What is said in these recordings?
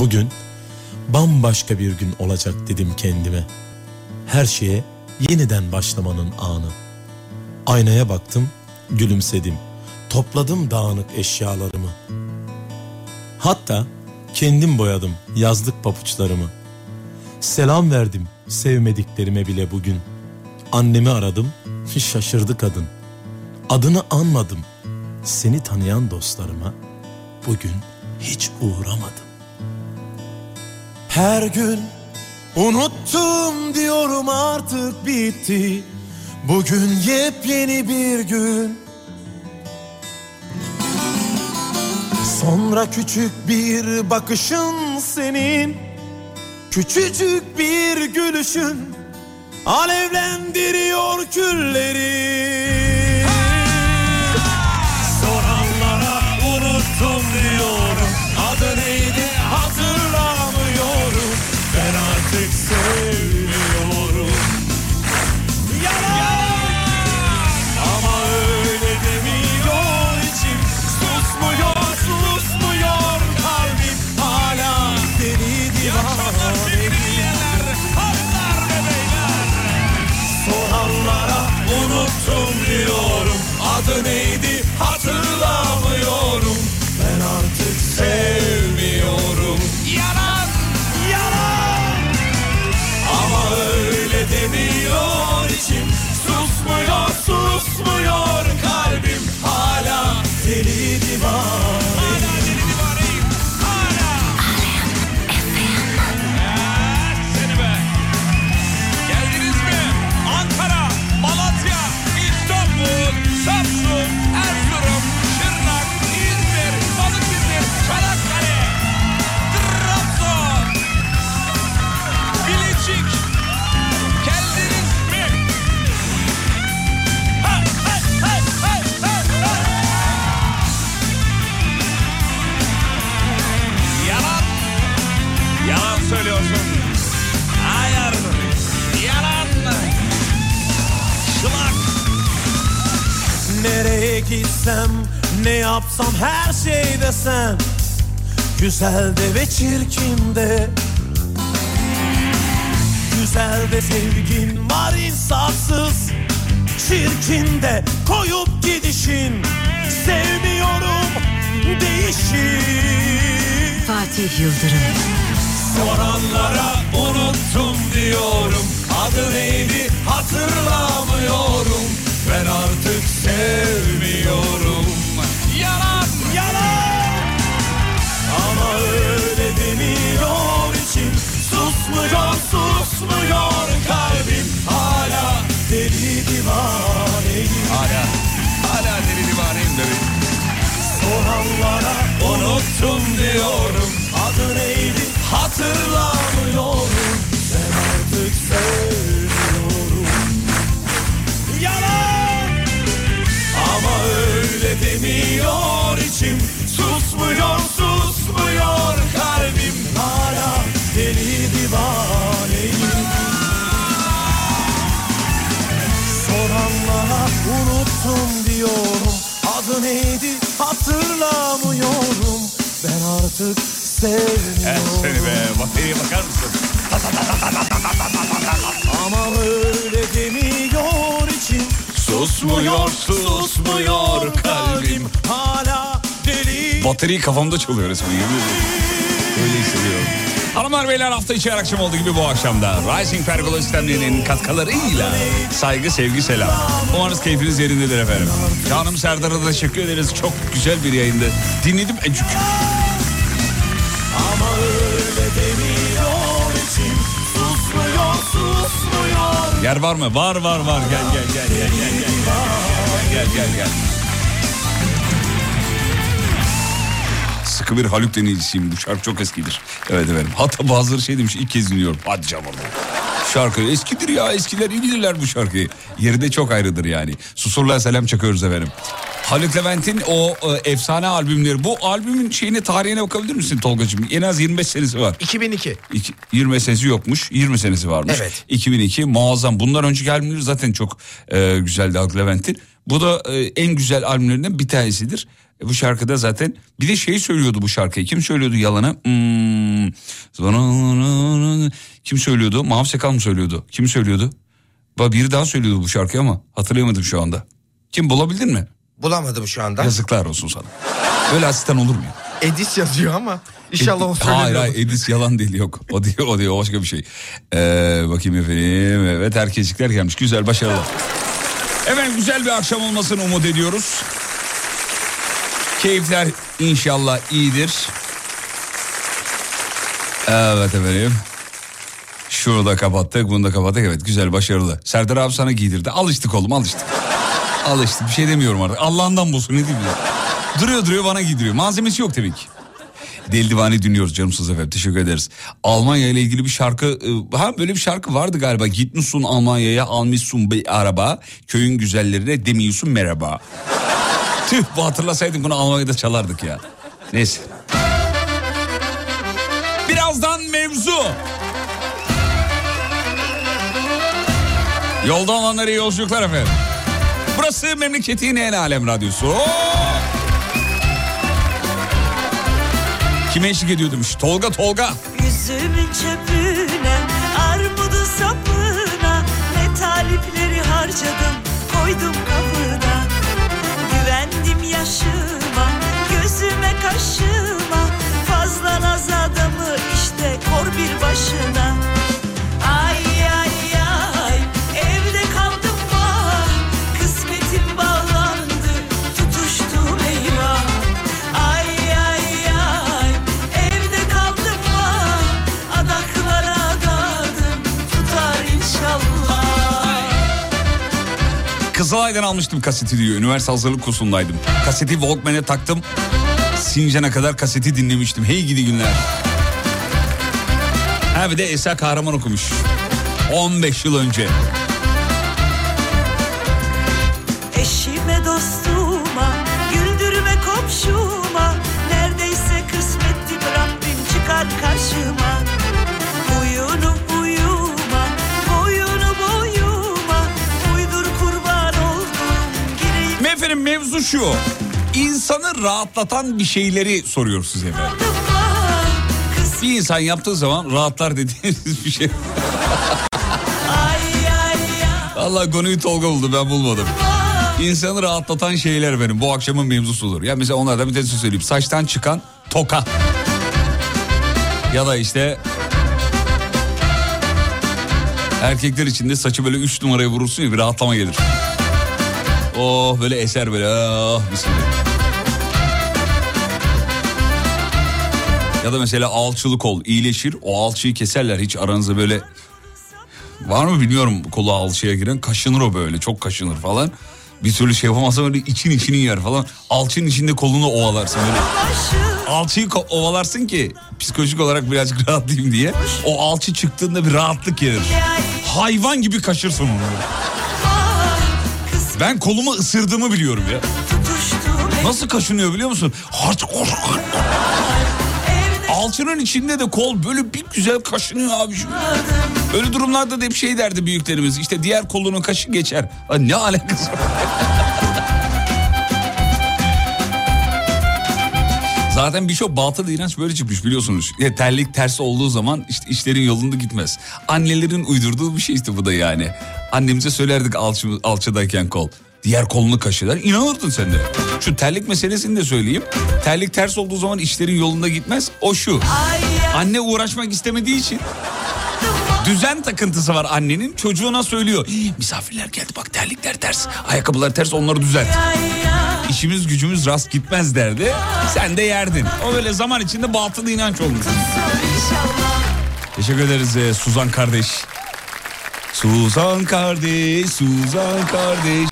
Bugün bambaşka bir gün olacak dedim kendime. Her şeye yeniden başlamanın anı. Aynaya baktım, gülümsedim. Topladım dağınık eşyalarımı. Hatta kendim boyadım yazlık papuçlarımı. Selam verdim sevmediklerime bile bugün. Annemi aradım, şaşırdı kadın. Adını anmadım. Seni tanıyan dostlarıma bugün hiç uğramadım. Her gün unuttum diyorum, artık bitti. Bugün yepyeni bir gün. Sonra küçük bir bakışın senin, küçücük bir gülüşün alevlendiriyor külleri. Soranlara unuttum diyorum, adı neydi hatırlamıyorum. Ben artık sevmiyorum. Yalan ama öyle demiyor içim. Susmuyor, susmuyor kalbim. Hala deli divane. Soranlara unuttum diyorum, adı neydi hatırlamıyorum. Ben artık sevmiyorum. Yalan, yalan ama öyle demiyor içim. Susmuyor, susmuyor kalbim. Hala deli divane. Hala deli divaneyim. Hala. Seni be. Geldiniz mi? Ankara, Malatya, İstanbul, Samsun, Erzurum, Şırnak, İzmir, Balıkesir, Çanakkale, Trabzon, Bilecik. Geldiniz mi? Ha, ha, ha, ha, ha, ha. Yalan. Yalan söylüyorsun. Hayır. Yalan. Şılak. Nereye gitsem, ne yapsam, her şey desem, güzel de ve çirkin de. Güzel de sevgin var insafsız, çirkin de koyup gidişin. Sevmiyorum değişir. Fatih Yıldırım. Soranlara unuttum diyorum, adı neydi hatırlamıyorum. Ben artık sevmiyorum. Yalan, yalan ama öyle demiyor içim. Susmuyor, susmuyor kalbim. Hala deli divaneyim. Hala deli divaneyim derim. Soranlara unuttum diyorum, adı neydi hatırlamıyorum. Ben artık sevmiyorum. Yalan ama öyle demiyor içim. Susmuyor, susmuyor kalbim. Hala deli divaneyim. Soranlara unuttum diyorum, adı neydi hatırlamıyorum. Ben artık sevmiyorum. Seni be, bataryaya bakar mısın? Ama öyle demiyor içim. Susmuyor, susmuyor kalbim. Hala deli. Bataryayı kafamda çalıyor resmen. Öyle hissediyorum. Hanımlar beyler, hafta içi her akşam olduğu gibi bu akşamda Rising Pergola sistemlerinin katkılarıyla saygı, sevgi, selam. Umarız keyfiniz yerindedir efendim. Canım Serdar'a da teşekkür ederiz. Çok güzel bir yayında. Dinledim ecük. Ama öyle demiyor içim. Susmuyor, susmuyor. Yer var mı? Var. Gel. Sıkı bir Haluk dinleyicisiyim. Bu şarkı çok eskidir. Evet efendim. Hatta bazıları şey demiş, ilk kez dinliyorum. Hadi canım orada. Şarkı eskidir ya. Eskiler iyi bilirler bu şarkıyı. Yeri de çok ayrıdır yani. Susurluğa selam çakıyoruz efendim. Haluk Levent'in o efsane albümleri. Bu albümün tarihine bakabilir misin Tolgacığım? En az 25 senesi var. 2002. 20 senesi yokmuş. 20 senesi varmış. Evet. 2002 muazzam. Bunlar önceki albümleri zaten çok güzeldi Haluk Levent'in. Bu da en güzel albümlerinden bir tanesidir. Bu şarkıda zaten bir de şey söylüyordu bu şarkıyı. Kim söylüyordu yalanı? Kim söylüyordu? Mavi Sakal mı söylüyordu? Kim söylüyordu? Biri daha söylüyordu bu şarkıyı ama hatırlayamadım şu anda. Kim, bulabildin mi? Bulamadım şu anda. Yazıklar olsun sana. Böyle asistan olur mu ya? Edis yazıyor ama inşallah o söylemiyor. Hayır Edis yalan değil, yok. O diyor başka bir şey. Bakayım efendim. Evet, erkekler gelmiş. Güzel, başarılı. Efendim güzel bir akşam olmasını umut ediyoruz. Keyifler inşallah iyidir. Evet efendim. Şunu da kapattık, bunu da kapattık. Evet, güzel, başarılı. Serdar abi sana giydirdi. Alıştık oğlum, alıştık. Alıştık, bir şey demiyorum artık. Allah'ından bulsun, ne diyeyim ya. Duruyor bana giydiriyor. Malzemesi yok tabii ki. Deli Divane dinliyoruz canımsız efendim. Teşekkür ederiz. Almanya ile ilgili bir şarkı. Böyle bir şarkı vardı galiba. Gitmişsin Almanya'ya, almışsın bir araba. Köyün güzellerine demiyorsun merhaba. Tüh, bu hatırlasaydım bunu Almanya'da çalardık ya. Neyse. Birazdan mevzu. Yolda olanlara iyi yolculuklar efendim. Burası memleketin en alem radyosu. Kime eşlik ediyor demiş? Tolga. Yüzümün çöpüne, armudun sapına, ne talipleri harcadım, koydum kapına. Güvendim yaşıma, gözüme kaşıma, fazla naz adamı işte kor bir başına. Ay ay ay, evde kaldım vah, kısmetim bağlandı, tutuştum eyvah. Ay ay ay, evde kaldım vah, adaklara adadım, tutar inşallah. Kızılay'dan almıştım kaseti diyor. Üniversite hazırlık kursundaydım. Kaseti Walkman'e taktım. Sincan'a kadar kaseti dinlemiştim. Hey gidi günler. Ha bir de Esra Kahraman okumuş. 15 yıl önce. Eşime dostuma, güldürme komşuma, neredeyse kısmettim Rabbim çıkar karşıma. Uyunu uyuma, boyunu boyuma, uydur kurban oldum gireyim. Efendim mevzu şu. İnsanı rahatlatan bir şeyleri soruyoruz size efendim. Bir insan yaptığı zaman rahatlar dediğiniz bir şey. Vallahi konuyu Tolga buldu, ben bulmadım. İnsanı rahatlatan şeyler benim bu akşamın mevzusudur. Ya mesela onlardan bir tanesi söyleyeyim. Saçtan çıkan toka. Ya da işte erkekler için de saçı böyle 3 numaraya vurursun ya, bir rahatlama gelir. Oh böyle eser böyle. Oh bismillah. Ya da mesela alçılı kol iyileşir. O alçıyı keserler, hiç aranızda böyle var mı bilmiyorum, kolu alçıya giren kaşınır o böyle, çok kaşınır falan. Bir türlü şey yapamazsa böyle içini yer falan. Alçının içinde kolunu ovalarsın böyle. Alçıyı ovalarsın ki psikolojik olarak birazcık rahatlayayım diye. O alçı çıktığında bir rahatlık gelir. Hayvan gibi kaşırsın onu. Ben kolumu ısırdığımı biliyorum ya. Nasıl kaşınıyor biliyor musun? Alçının içinde de kol böyle bir güzel kaşınıyor abi. Öyle durumlarda da hep şey derdi büyüklerimiz. İşte diğer kolunun kaşı geçer. Ne alakası var? Zaten birçok batıl inanç böyle çıkmış biliyorsunuz. Terlik ters olduğu zaman işte işlerin yolunda gitmez. Annelerin uydurduğu bir şey işte bu da yani. Annemize söylerdik alçıdayken kol. Diğer kolunu kaşılar. İnanırdın sen de. Şu terlik meselesini de söyleyeyim. Terlik ters olduğu zaman işlerin yolunda gitmez. O şu. Anne uğraşmak istemediği için düzen takıntısı var annenin. Çocuğuna söylüyor. Misafirler geldi bak, terlikler ters. Ayakkabılar ters, onları düzelt. İşimiz gücümüz rast gitmez derdi. Sen de yerdin. O böyle zaman içinde batıl inanç olmuş. Teşekkür ederiz Suzan kardeş. Suzan kardeş, Suzan kardeş.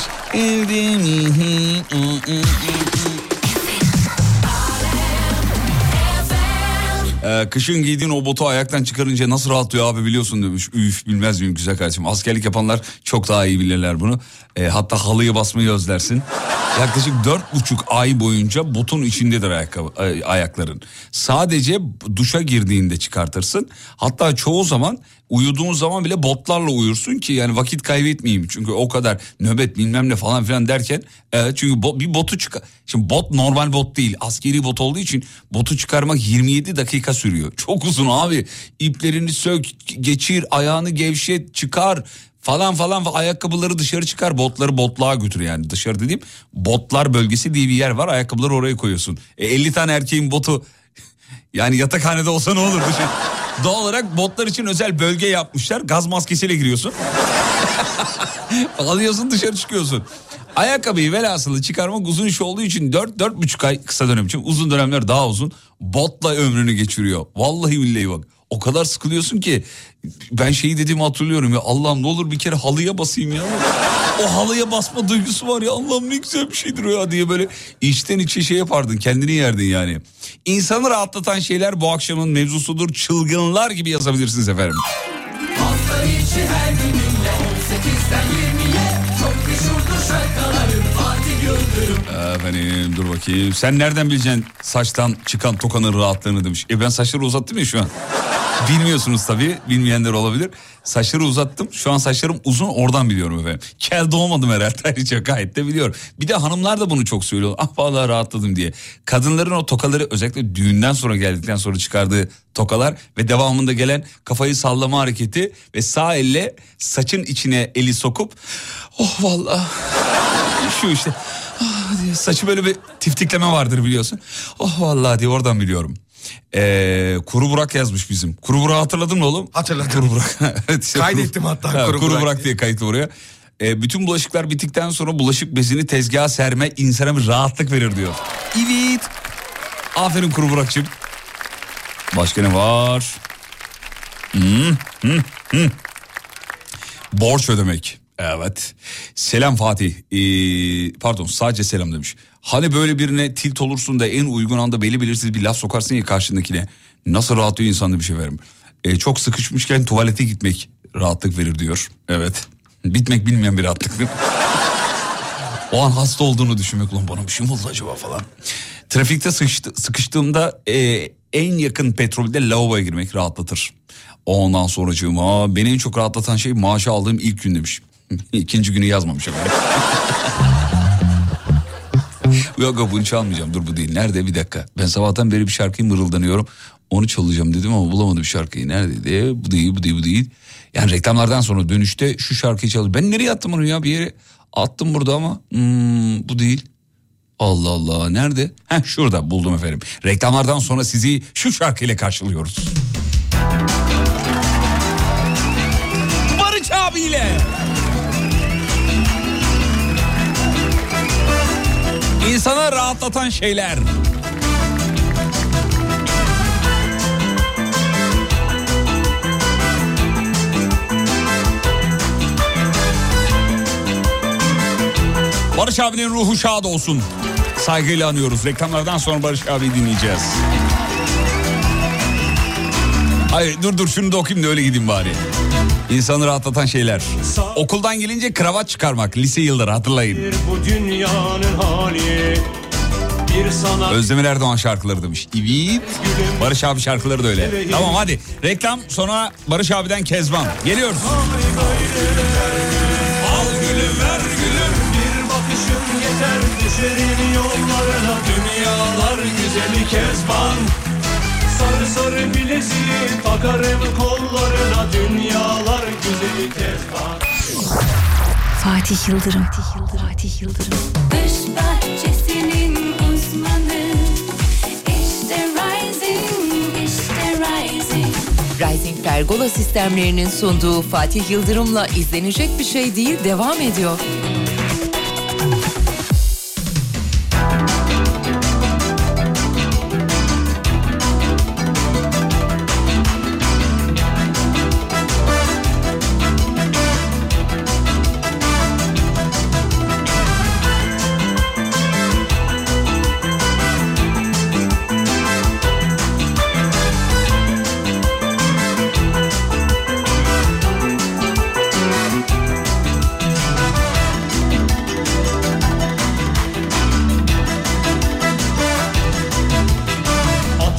Kışın giydiğin o botu ayaktan çıkarınca nasıl rahatlıyor abi biliyorsun demiş. Üf, bilmez miyim güzel kardeşim. Askerlik yapanlar çok daha iyi bilirler bunu. Hatta halıyı basmayı özlersin. Yaklaşık 4,5 ay boyunca botun içindedir ayakların. Sadece duşa girdiğinde çıkartırsın. Hatta çoğu zaman uyuduğun zaman bile botlarla uyursun ki yani vakit kaybetmeyeyim. Çünkü o kadar nöbet bilmem ne falan filan derken çünkü bir botu çıkar. Şimdi bot normal bot değil, askeri bot olduğu için botu çıkarmak 27 dakika sürüyor. Çok uzun abi. İplerini sök, geçir, ayağını gevşet, çıkar falan ayakkabıları dışarı çıkar, botları botluğa götür yani. Dışarı dediğim botlar bölgesi diye bir yer var, ayakkabıları oraya koyuyorsun. 50 tane erkeğin botu yani yatakhanede olsa ne olur dışarı. Doğal olarak botlar için özel bölge yapmışlar, gaz maskesiyle giriyorsun. Alıyorsun, dışarı çıkıyorsun. Ayakkabıyı velhasılı çıkarmak uzun iş olduğu için 4-4,5 ay, kısa dönem için, uzun dönemler daha uzun, botla ömrünü geçiriyor. Vallahi billahi bak. O kadar sıkılıyorsun ki ben şeyi dediğimi hatırlıyorum ya, Allah'ım ne olur bir kere halıya basayım ya. O halıya basma duygusu var ya, Allah'ım ne güzel bir şeydir o ya diye böyle içten içe şey yapardın, kendini yerdin yani. İnsanı rahatlatan şeyler bu akşamın mevzusudur. Çılgınlar gibi yazabilirsiniz efendim. Hafta içi her gününle 18'den 20'ye çok meşhurdur şarkılarım Fatih Yıldırım. Efendim dur bakayım, sen nereden bileceksin saçtan çıkan tokanın rahatlığını demiş. Ben saçları uzattım ya şu an. Bilmiyorsunuz tabii, bilmeyenler olabilir. Saçları uzattım, şu an saçlarım uzun, oradan biliyorum efendim. Kel doğmadım herhalde, ayrıca gayet de biliyorum. Bir de hanımlar da bunu çok söylüyor. Ah vallahi rahatladım diye. Kadınların o tokaları, özellikle düğünden sonra, geldikten sonra çıkardığı tokalar ve devamında gelen kafayı sallama hareketi ve sağ elle saçın içine eli sokup oh vallahi şu işte diye saçı böyle bir tiftikleme vardır biliyorsun. Oh vallahi diye, oradan biliyorum. Kuru Burak yazmış bizim. Kuru Burak'ı hatırladın mı oğlum? Hatırladım. Kuru Burak. Evet, işte kaydettim hatta. Kuru Burak diye kayıtlı buraya. Bütün bulaşıklar bittikten sonra bulaşık bezini tezgaha serme insana bir rahatlık verir diyor. Evet. Aferin Kuru Burak'cığım. Başka ne var? Borç ödemek. Evet. Selam Fatih. Pardon, sadece selam demiş. Hani böyle birine tilt olursun da en uygun anda belli belirsiz bir laf sokarsın ya karşındakine. Nasıl rahatlıyor insan demiş efendim. Çok sıkışmışken tuvalete gitmek rahatlık verir diyor. Evet. Bitmek bilmeyen bir rahatlık. O an hasta olduğunu düşünmek. Ulan bana bir şey mi oldu acaba falan. Trafikte sıkıştığımda en yakın petrolde lavaboya girmek rahatlatır. Ondan sonracığıma beni en çok rahatlatan şey maaşı aldığım ilk gün demiş. İkinci günü yazmamış efendim. Yok bunu çalmayacağım, dur bu değil. Nerede, bir dakika. Ben sabahtan beri bir şarkıyı mırıldanıyorum. Onu çalacağım dedim ama bulamadım şarkıyı. Neredeydi? Bu değil. Yani reklamlardan sonra dönüşte şu şarkıyı çaldım. Ben nereye attım onu ya, bir yere attım burada ama bu değil. Allah Allah, nerede? Şurada buldum efendim. Reklamlardan sonra sizi şu şarkıyla karşılıyoruz. Barış abiyle. İnsana rahatlatan şeyler. Barış abinin ruhu şad olsun. Saygıyla anıyoruz. Reklamlardan sonra Barış abi dinleyeceğiz. Hayır dur şunu da okuyayım da öyle gideyim bari. İnsanı rahatlatan şeyler. Okuldan gelince kravat çıkarmak. Lise yılları hatırlayın. Bu dünyanın hali. Özdemir Erdoğan şarkıları demiş. Evet. Barış abi şarkıları da öyle. Tamam hadi. Reklam, sonra Barış abiden Kezban. Geliyoruz. Al gülüm ver gülüm, bir bakışım yeter. Düşerim yollarına, dünyalar güzeli Kezban. Sarı sarı bileziği takarım kollarına, dünyalar güzeli Kezban. Fatih Yıldırım. Fatih Yıldırım. Kış bahçesinin uzmanı, işte Rising. Rising Pergola sistemlerinin sunduğu Fatih Yıldırım'la izlenecek bir şey değil devam ediyor.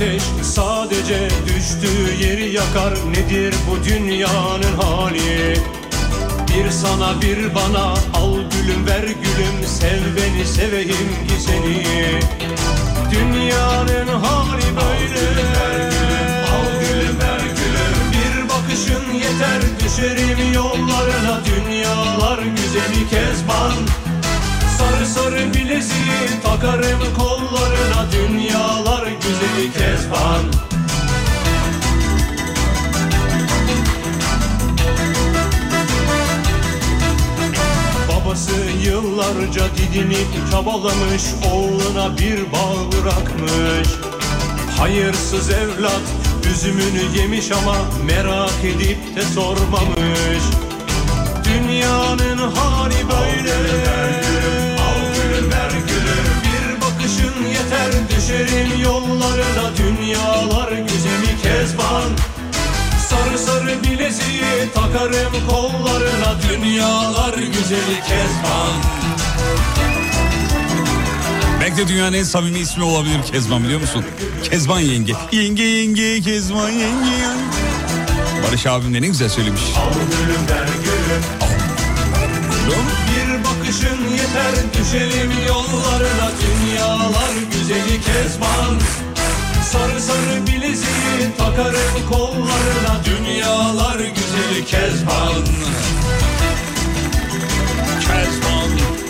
ateş sadece düştüğü yeri yakar. Nedir bu dünyanın hali? Bir sana bir bana, al gülüm ver gülüm, sev beni seveyim ki seni. Dünyanın hali böyle, al gülüm ver gülüm, bir bakışın yeter, düşerim yollarına. Dünyalar güzeli Kezban, sarı sarı bileziği takarım kollarına. Dünyalar güzeli Kezban. Babası yıllarca didinip çabalamış, oğluna bir bağ bırakmış. Hayırsız evlat üzümünü yemiş ama merak edip de sormamış. Dünyanın hali böyle, al gülüm ver gülüm, bir bakışın yeter, düşerim yollarına. Dünyalar güzeli Kezban, sarı sarı bileziği takarım kollarına. Dünyalar güzeli Kezban. Belki de dünyanın en samimi ismi olabilir Kezban, biliyor musun? Kezban yenge. Yenge yenge Kezban yenge. Barış abim de ne güzel söylemiş. Al gülüm ver gülüm, bir bakışın yeter, düşelim yollarına. Dünyalar güzeli Kezban, sarı sarı bileziği takarım kollarına. Dünyalar güzeli Kezban. Kezban,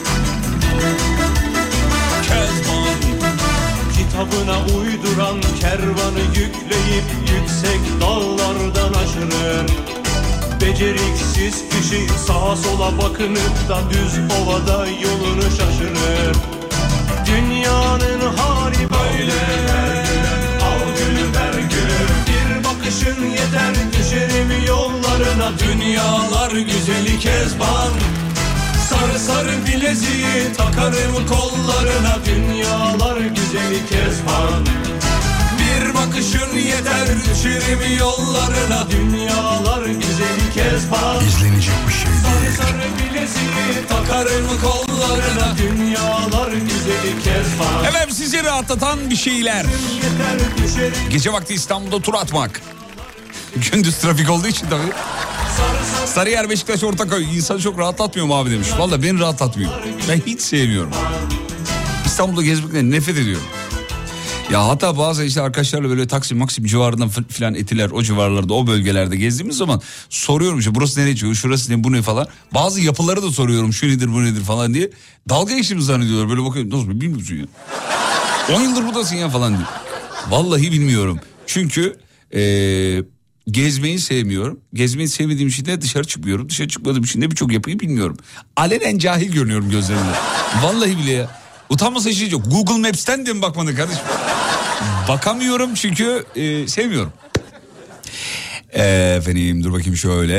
Kezban. Kitabına uyduran kervanı yükleyip yüksek dağlardan aşırır. Beceriksiz kişi sağa sola bakınıp da düz ovada yolunu şaşırır. Dünyanın hali böyle, al gülüm ver gülüm, bir bakışın yeter, düşerim yollarına. Dünyalar güzeli Kezban, sarı sarı bileziği takarım kollarına. Dünyalar güzeli Kezban, bir bakışın yeter, düşerim yollarına. Dünyalar güzeli Kezban, İzlenecek bir şey sarı değil. sarı bileziği takarım kollarına. Dünyalar güzeli Kezban. Efendim, sizi rahatlatan bir şeyler. Yeter, düşerim. Gece vakti İstanbul'da tur atmak. Gündüz trafik olduğu için tabii. Sarıyer, Beşiktaş, Ortaköy insanı çok rahatlatmıyor mu abi demiş. Vallahi beni rahatlatmıyor. Ben hiç sevmiyorum. İstanbul'da gezmekten nefret ediyorum. Ya hatta bazı işte arkadaşlarla böyle Taksim civarından filan, Etiler o civarlarda, o bölgelerde gezdiğimiz zaman soruyorum işte burası nereye çıkıyor, şurası ne, bu ne falan. Bazı yapıları da soruyorum, şu nedir bu nedir falan diye. Dalga geçtiğimi zannediyorlar, böyle bakıyorum, nasıl bilmiyorsun ya. 10 yıldır buradasın ya falan diye. Vallahi bilmiyorum. Çünkü gezmeyi sevmiyorum. Gezmeyi sevmediğim için de dışarı çıkmıyorum. Dışarı çıkmadığım için de birçok yapıyı bilmiyorum. Alenen cahil görünüyorum gözlerimde. Vallahi bile ya. Utanmasa hiç yok. Google Maps'ten de mi bakmadın kardeşim? Bakamıyorum çünkü sevmiyorum. Efendim dur bakayım şöyle.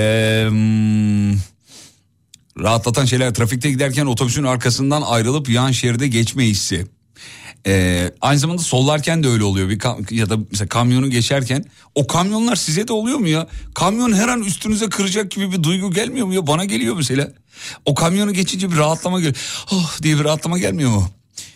Rahatlatan şeyler: trafikte giderken otobüsün arkasından ayrılıp yan şeride geçme hissi. Aynı zamanda sollarken de öyle oluyor. Ya da mesela kamyonu geçerken, o kamyonlar size de oluyor mu ya? Kamyon her an üstünüze kıracak gibi bir duygu gelmiyor mu ya? Bana geliyor mesela. O kamyonu geçince bir rahatlama geliyor. Oh diye bir rahatlama gelmiyor mu?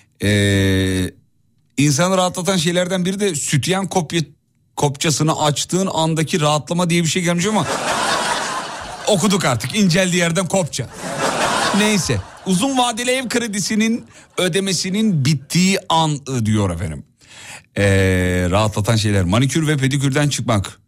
İnsanı rahatlatan şeylerden biri de sütyen kopçasını açtığın andaki rahatlama diye bir şey gelmiş ama okuduk artık, inceldiği yerden kopça. Neyse, uzun vadeli ev kredisinin ödemesinin bittiği an diyor efendim. Rahatlatan şeyler: manikür ve pedikürden çıkmak,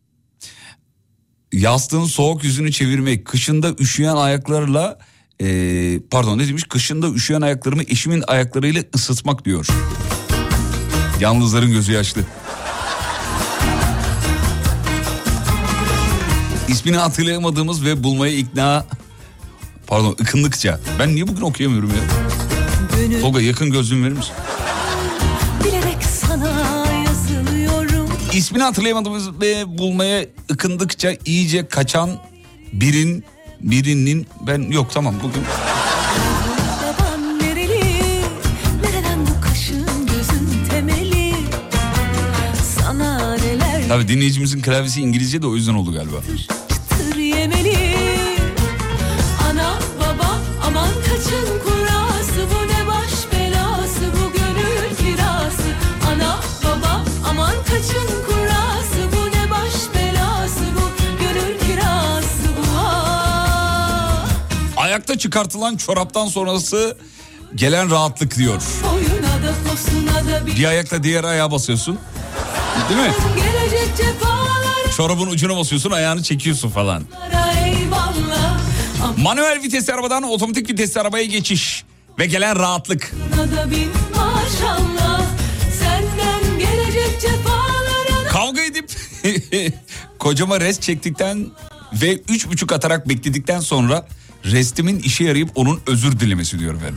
yastığın soğuk yüzünü çevirmek, kışında üşüyen ayaklarla kışında üşüyen ayaklarımı eşimin ayaklarıyla ısıtmak diyor. Yalnızların gözü yaşlı. İsmini hatırlayamadığımız ve bulmaya ıkındıkça. Ben niye bugün okuyamıyorum ya? Tolga, yakın gözlüğümü verir misin? Bilerek sana yazılıyorum. İsmini hatırlayamadığımız ve bulmaya ıkındıkça iyice kaçan birinin ben yok, tamam bugün. Baban nereli? Nereden bu kaşın gözün temeli? Sana neler Tabii dinleyicimizin klavyesi İngilizce de o yüzden oldu galiba. çıtır yemeli. Ana baba aman kaçın kurası, bu ne baş belası, bu gönül kirası. Ana baba aman Ayakta çıkartılan çoraptan sonrası gelen rahatlık diyor. Boyuna da posuna da Bir ayakla diğer ayağa basıyorsun. Değil mi? gelecek cefalara Çorabın ucuna basıyorsun, ayağını çekiyorsun falan. eyvallah. Manuel vitesli arabadan otomatik vitesli arabaya geçiş ve gelen rahatlık. Amına da bir maşallah. Senden gelecek cefalara Kavga edip kocama rest çektikten ve 3,5 atarak bekledikten sonra restimin işe yarayıp onun özür dilemesi diyor efendim.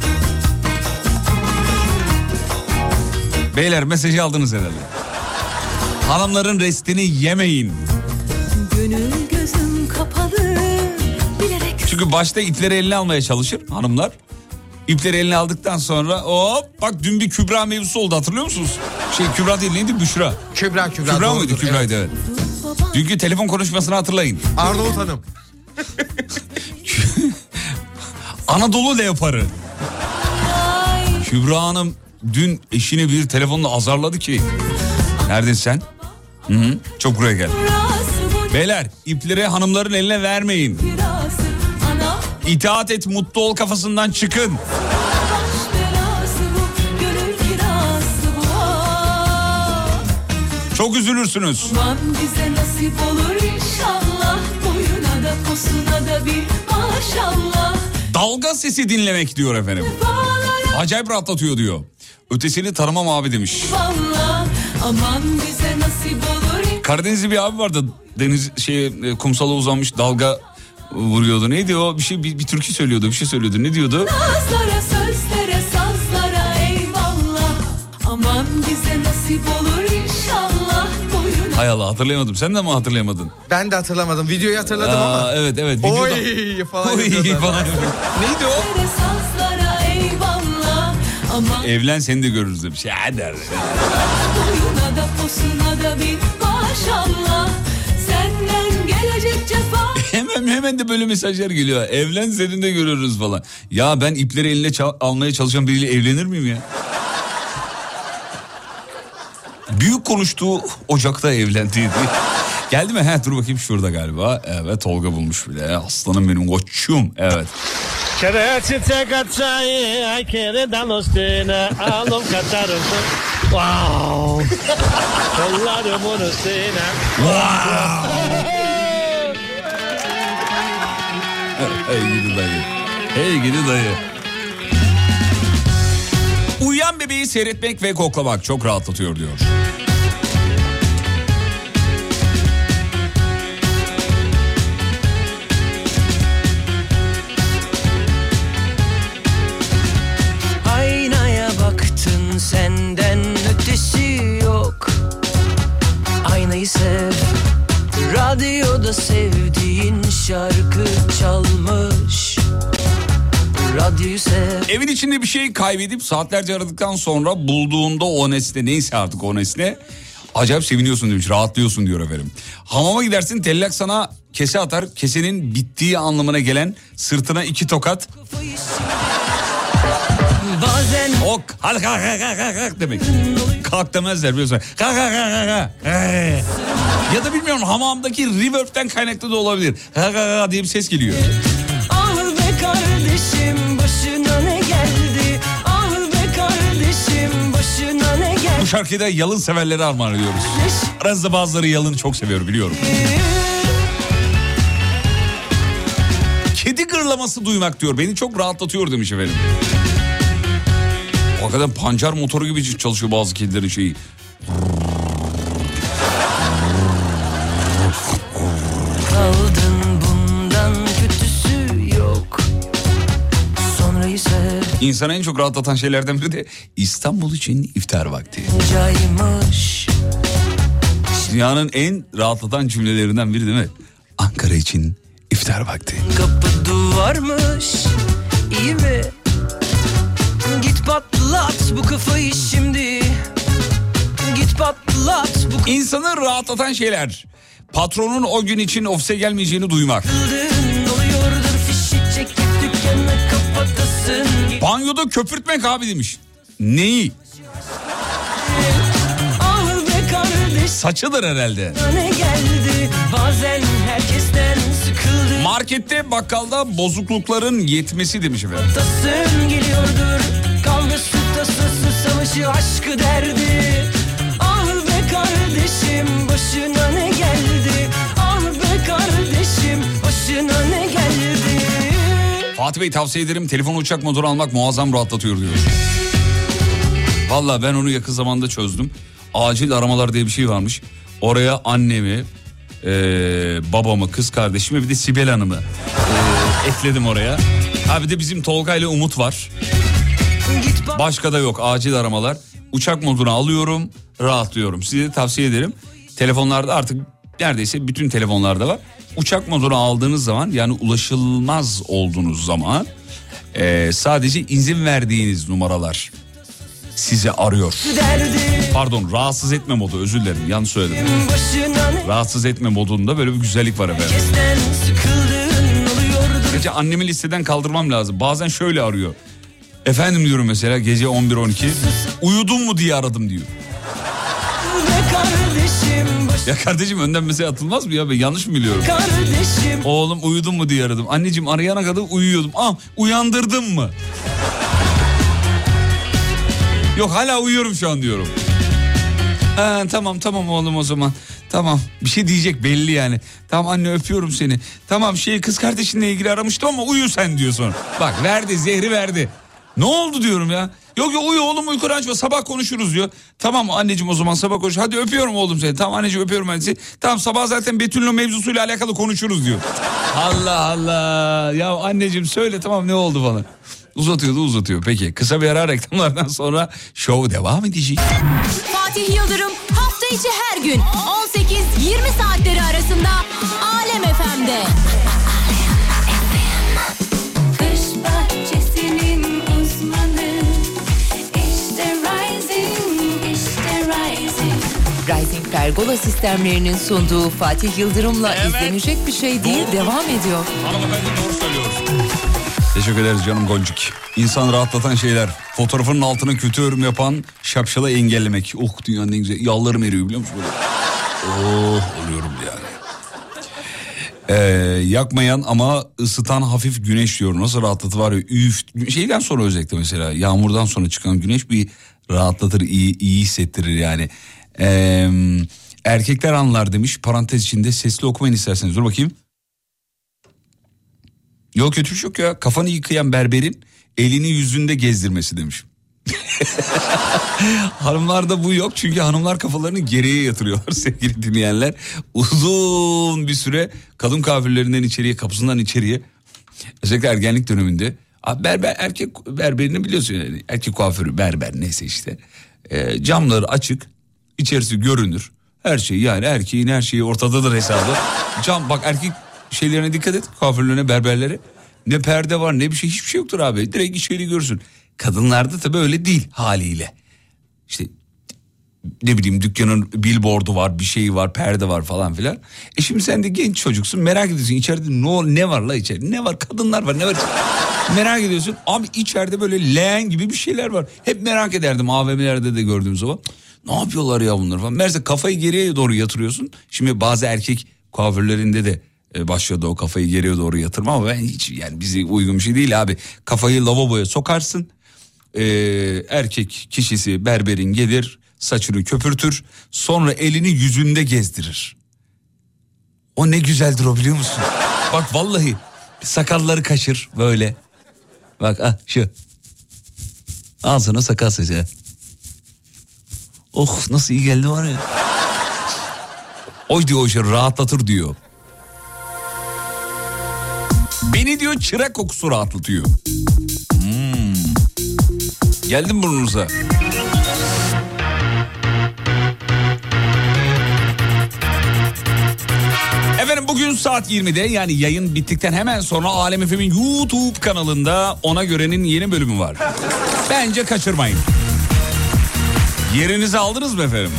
Beyler mesajı aldınız herhalde. Hanımların restini yemeyin. gönül gözüm kapalı. Bilerek Çünkü başta ipleri eline almaya çalışır hanımlar. İpleri eline aldıktan sonra hop bak dün bir Kübra mevzusu oldu, hatırlıyor musunuz? Kübra değil neydi, Büşra. Kübra Kübra doğrudur, mıydı? Kübra'ydı evet. baba Dünkü telefon konuşmasını hatırlayın. Arnavut Hanım. Anadolu leoparı. Kübra Hanım dün eşini bir telefonla azarladı ki. Neredesin sen? Hı-hı. Çok buraya gel. burası bu Beyler ipleri hanımların eline vermeyin. kirası. Ana İtaat et, mutlu ol kafasından çıkın. baş belası bu. Gönül kirası bu. Çok üzülürsünüz. Aman bize nasip olur inşallah. Boyuna da posuna da bir maşallah. Dalga sesi dinlemek diyor efendim. Bağlara Acayip rahatlatıyor diyor. Ötesini tanımam abi demiş. valla. Aman bize nasip olur Karadenizli bir abi vardı. Deniz kumsala uzanmış dalga vuruyordu. Neydi o? Bir türkü söylüyordu. Bir şey söylüyordu. Ne diyordu? Nazlara, sözlere, sazlara eyvallah. Aman bize nasip olur inşallah. Boyuna Hay Allah, hatırlayamadım. Sen de mi hatırlayamadın? Ben de hatırlamadım. Videoyu hatırladım ama. Evet. Oy falan Oy yapıyorlar. falan. Neydi o? sazlara eyvallah. Aman Evlen seni de görürüz demiş. Ya der. boyuna da posuna da bir maşallah. Senden gelecek cefa. Hemen de böyle mesajlar geliyor. Evlen seni de görürüz falan. Ya ben ipleri eline almaya çalışan biriyle evlenir miyim ya? Büyük konuştuğu ocakta evlendiydi. Geldi mi? Dur bakayım şurada galiba. Evet, Tolga bulmuş bile. Aslanım benim koçum. Evet. Kere çiçek açayı, kere dal üstüne alım katarım. Wow. Kollarımın üstüne. Hey gidi dayı. Hey gidi dayı. Uyuyan bebeği seyretmek ve koklamak çok rahatlatıyor diyor. Aynaya baktın senden ötesi yok. Aynayı sev. Radyoda sevdiğin şarkı çalmış. Radyoyu sev. Evin içinde bir şey kaybedip saatlerce aradıktan sonra bulduğunda o nesne, neyse artık o nesne, acayip seviniyorsun demiş, rahatlıyorsun diyor efendim. Hamama gidersin, tellak sana kese atar, kesenin bittiği anlamına gelen sırtına 2 tokat. Bazen O kalk demek. Kalk demezler biliyorsun. Kalk. Ya da bilmiyorum, hamamdaki reverb'ten kaynaklı da olabilir. Diye bir ses geliyor. ah be kardeşim başına ne geldi? Ah be kardeşim başına ne geldi? Bu şarkıyı da yalın severlere armağan ediyoruz. Aranızda bazıları yalını çok seviyor biliyorum. Kedi gırlaması duymak diyor, beni çok rahatlatıyor demiş efendim. Hakikaten pancar motoru gibi çalışıyor bazı kedilerin şeyi. Kaldın bundan kötüsü yok. Sonrayı sev. İnsanı en çok rahatlatan şeylerden biri de İstanbul için iftar vakti. Caymış. Dünyanın en rahatlatan cümlelerinden biri değil mi? Ankara için iftar vakti. Kapı duvarmış. İyi mi? Git patlat bu kafayı şimdi. Git patlat bu İnsanı rahatlatan şeyler. Patronun o gün için ofise gelmeyeceğini duymak. kıldığın oluyordur. Fişi çekip dükkanı kapatasın. Banyoda köpürtmek abi demiş. Neyi? Ah be kardeş Saçıdır herhalde. ne geldi? Bazen herkesten sıkı sıkıldı. Markette, bakkalda bozuklukların yetmesi demiş efendim. Tasın geliyordur. Kavga sütası susamışı aşkı derdi. Ah be kardeşim başına ne geldi? Ah be kardeşim başına ne geldi? Fatih Bey tavsiye ederim, telefon uçak modunu almak muazzam rahatlatıyor diyor. Vallahi ben onu yakın zamanda çözdüm. Acil aramalar diye bir şey varmış. Oraya annemi, babamı, kız kardeşimi, bir de Sibel Hanım'ı ekledim oraya. Ha bir de bizim Tolga ile Umut var. Başka da yok, acil aramalar. Uçak modunu alıyorum, rahatlıyorum. Size de tavsiye ederim. Telefonlarda artık neredeyse bütün telefonlarda var. Uçak modunu aldığınız zaman, yani ulaşılmaz olduğunuz zaman sadece izin verdiğiniz numaralar sizi arıyor. Pardon, rahatsız etme modu, özür dilerim, yanlış söyledim. Rahatsız etme modunda böyle bir güzellik var efendim. Gece annemi listeden kaldırmam lazım. Bazen şöyle arıyor. Efendim diyorum mesela gece 11-12. Uyudun mu diye aradım diyor. Ya kardeşim önden mesaj atılmaz mı ya, ben yanlış mı biliyorum? Kardeşim. Oğlum uyudun mu diye aradım. Anneciğim arayana kadar uyuyordum. Uyandırdın mı? Yok hala uyuyorum şu an diyorum. Ha, tamam oğlum o zaman. Tamam, bir şey diyecek belli yani. Tamam anne öpüyorum seni. Tamam kız kardeşinle ilgili aramıştım ama uyu sen diyor sonra. Bak verdi, zehri verdi. Ne oldu diyorum ya. Yok uyu oğlum, uykunu açma, sabah konuşuruz diyor. Tamam anneciğim o zaman sabah konuş. Hadi öpüyorum oğlum seni. Tamam anneciğim öpüyorum ben seni. Tamam sabah zaten Betül'ün mevzusuyla alakalı konuşuruz diyor. Allah Allah. Ya anneciğim söyle tamam ne oldu falan. Uzatıyor. Peki kısa bir ara, reklamlardan sonra show devam edecek. Fatih Yıldırım hafta içi her gün 18-20 saatleri arasında Alem FM'de. Kış bahçesinin uzmanı işte Rising. Rising Pergola sistemlerinin sunduğu Fatih Yıldırım'la izlenecek bir şey değil devam ediyor. Hanımefendi doğru söylüyoruz. Teşekkür ederiz canım Goncuk. İnsan rahatlatan şeyler. Fotoğrafının altına kötü yorum yapan şapşalı engellemek. Dünyanın en güzel. Yallarım eriyor biliyor musun böyle? Oluyorum yani. Yakmayan ama ısıtan hafif güneş diyor. Nasıl rahatlatı var ya. Şeyden sonra özellikle mesela yağmurdan sonra çıkan güneş bir rahatlatır, iyi hissettirir yani. Erkekler anlar demiş. Parantez içinde sesli okumayın isterseniz. Dur bakayım. Yok kötü bir şey yok ya. Kafanı yıkayan berberin elini yüzünde gezdirmesi demiş. Hanımlarda bu yok çünkü hanımlar kafalarını geriye yatırıyorlar sevgili dinleyenler. Uzun bir süre kadın kuaförlerinden içeriye, kapısından içeriye, özellikle ergenlik döneminde. Berber, erkek berberini biliyorsun yani, erkek kuaförü berber neyse işte. Camları açık, içerisi görünür. Her şey yani erkeğin her şeyi ortadadır hesabı. Bak erkek şeylerine dikkat et, kuaförlerine, berberlere. Ne perde var ne bir şey, hiçbir şey yoktur abi. Direkt içeri görsün. Kadınlarda tabii öyle değil haliyle. İşte ne bileyim dükkanın billboardu var, bir şeyi var, perde var falan filan. Şimdi sen de genç çocuksun, merak ediyorsun içeride ne var la içeride? Ne var? Kadınlar var, ne var içeride? Merak ediyorsun. Abi içeride böyle leğen gibi bir şeyler var. Hep merak ederdim AVM'lerde de gördüğüm zaman. Ne yapıyorlar ya bunlar falan. Meğerse kafayı geriye doğru yatırıyorsun. Şimdi bazı erkek kuaförlerinde de başladı o kafayı geriye doğru yatırma ama ben hiç yani bize uygun bir şey değil abi. Kafayı lavaboya sokarsın. Erkek kişisi berberin gelir, saçını köpürtür, sonra elini yüzünde gezdirir. O ne güzeldir o biliyor musun? Bak vallahi sakalları kaşır böyle. Bak şu. Al sana sakal saçı. Oh nasıl iyi geldi var ya. O diyor o şey rahatlatır diyor. Beni diyor çırak kokusu rahatlatıyor. Geldim burnunuza. Efendim bugün saat 20'de yani yayın bittikten hemen sonra Alem FM'in YouTube kanalında Ona Göre'nin yeni bölümü var. Bence kaçırmayın. Yerinizi aldınız mı efendim?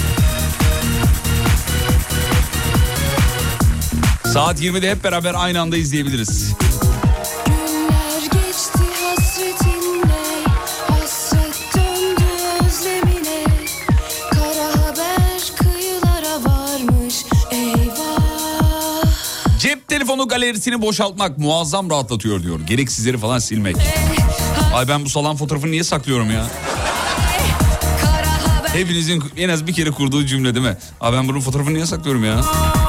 Saat 20'de hep beraber aynı anda izleyebiliriz. Günler geçti hasretinle, hasret döndü özlemine. Kara haber kıyılara varmış, eyvah. Cep telefonu Telefonu galerisini boşaltmak muazzam rahatlatıyor diyor. Gereksizleri falan silmek. Ay ben bu salan fotoğrafını niye saklıyorum ya? Hepinizin en az bir kere kurduğu cümle değil mi? Ay ben bunun fotoğrafını niye saklıyorum ya?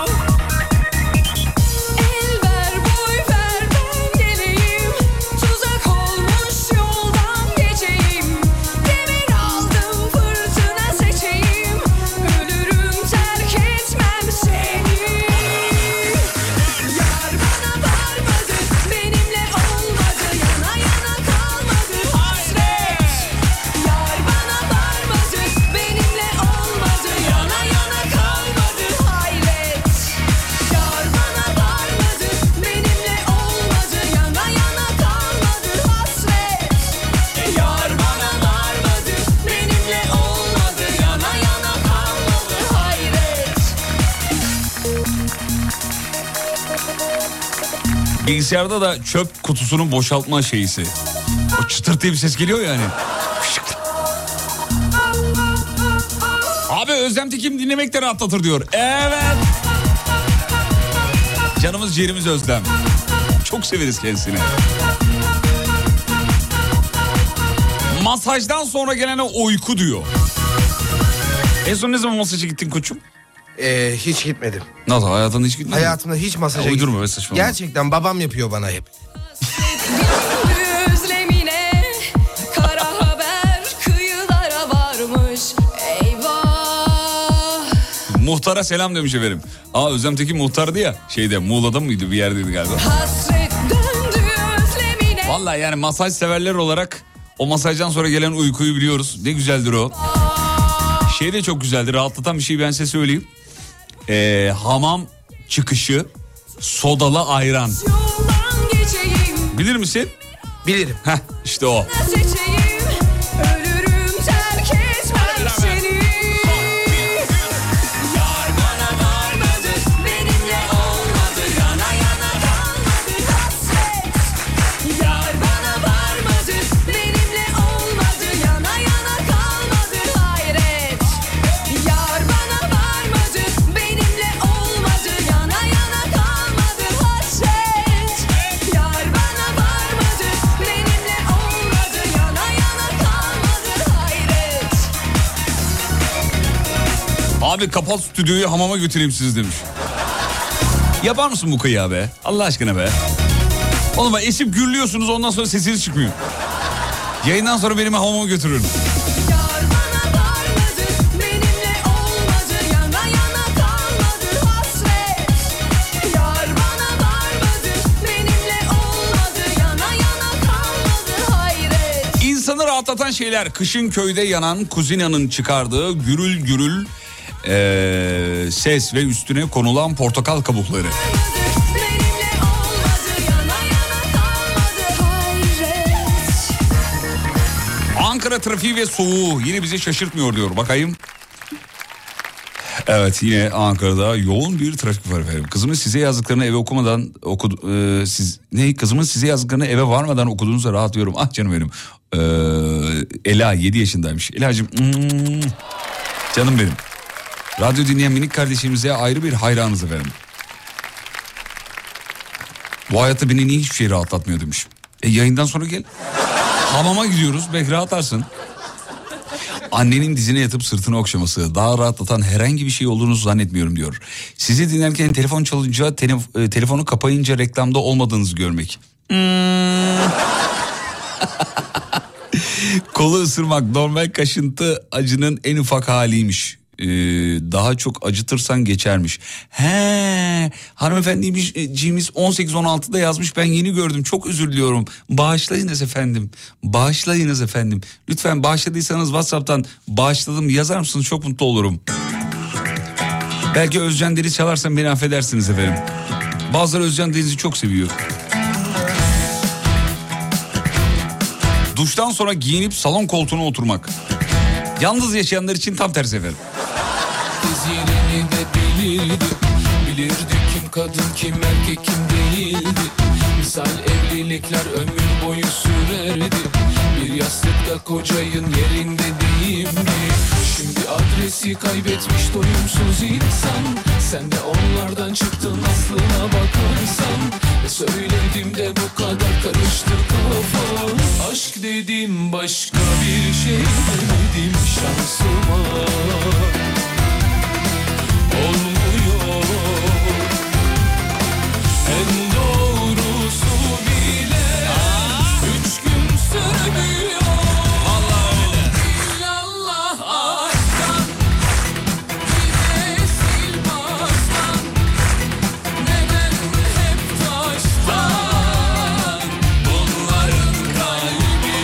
Bilgisayarda da çöp kutusunun boşaltma şeysi. O çıtır diye bir ses geliyor yani. Abi Özlem Tekin dinlemek de rahatlatır diyor. Evet. Canımız ciğerimiz Özlem. Çok severiz kendisini. Masajdan sonra gelene uyku diyor. En son ne zaman masaja gittin koçum? Hiç gitmedim. Nasıl hayatında hiç gitmedin? Hayatımda hiç masaja gitmedim. Uydurma be saçmalama. Gerçekten babam yapıyor bana hep. Özlemine kara haber kıyılara varmış. Eyvah. Muhtara selam demiş efendim. Özlem Tekin muhtardı ya. Muğla'da mıydı bir yerdeydi galiba. Hasret döndü özlemine. Vallahi yani masaj severler olarak o masajdan sonra gelen uykuyu biliyoruz. Ne güzeldir o. De çok güzeldir. Rahatlatan bir şey ben size söyleyeyim. Hamam çıkışı sodalı ayran. Bilir misin? Bilirim. Heh, işte o. Ölürüm terk etmem seni. Yar bana varmadı, benimle olmadı, yana yana kalmadı hasret. Yar bana varmadı, benimle olmadı, yana yana kalmadı hayret. Yar bana varmadı, benimle olmadı, yana yana kalmadı hasret. Yar bana varmadı, benimle olmadı, yana yana kalmadı hayret. Abi kapat stüdyoyu hamama götüreyim siz demiş. Yapar mısın bu kıyı be? Allah aşkına be. Oğlum bak esip gürlüyorsunuz ondan sonra sesiniz çıkmıyor. Yayından sonra benim hamama götürün. Yar bana varmadı, benimle olmadı, yana yana kalmadı hasret. Yar bana varmadı, benimle olmadı, yana yana kalmadı hayret. İnsanı rahatlatan şeyler. Kışın köyde yanan kuzinanın çıkardığı gürül gürül ses ve üstüne konulan portakal kabukları. Benimle olmadı, yana yana kalmadı hayret. Ankara trafiği ve soğuğu yine bizi şaşırtmıyor diyor. Bakayım. Evet yine Ankara'da yoğun bir trafik var efendim. Kızımın size yazdıklarını eve okumadan Kızımın size yazdıklarını eve varmadan okuduğunuzda rahatlıyorum. Ah canım benim. Ela 7 yaşındaymış. Ela'cığım canım benim. Radyo dinleyen minik kardeşimize ayrı bir hayranız efendim. Bu hayatta beni niye hiçbir şey rahatlatmıyor demiş. Yayından sonra gel. Hamama gidiyoruz belki rahatlarsın. Annenin dizine yatıp sırtını okşaması daha rahatlatan herhangi bir şey olduğunu zannetmiyorum diyor. Sizi dinlerken telefon çalınca telefonu kapayınca reklamda olmadığınızı görmek. Kolu ısırmak normal kaşıntı acının en ufak haliymiş. Daha çok acıtırsan geçermiş. Hanımefendiciğimiz 18-16'da yazmış, ben yeni gördüm, çok özür diliyorum. Bağışlayınız efendim. Bağışlayınız efendim. Lütfen bağışladıysanız WhatsApp'tan bağışladım yazar mısınız, çok mutlu olurum. Belki Özcan Deniz çalarsam beni affedersiniz efendim. Bazıları Özcan Deniz'i çok seviyor. Duştan sonra giyinip salon koltuğuna oturmak. Yalnız yaşayanlar için tam tersi efendim. Biz yerini de bilirdik kim kadın kim erkek kim değildi. Misal evlilikler ömür boyu sürerdi. Bir yastıkta kocayın yerinde değil mi? Şimdi adresi kaybetmiş doyumsuz insan. Sen de onlardan çıktın aslına bakarsan. Ve söyledim de bu kadar karıştı kafa. Aşk dedim başka bir şey demedim şansıma. Olmuyor. En doğrusu bile 3 gün sürmüyor. Vallahi öyle. İllallah aşktan yine sil baştan. Neden hep taştan bunların kalbi?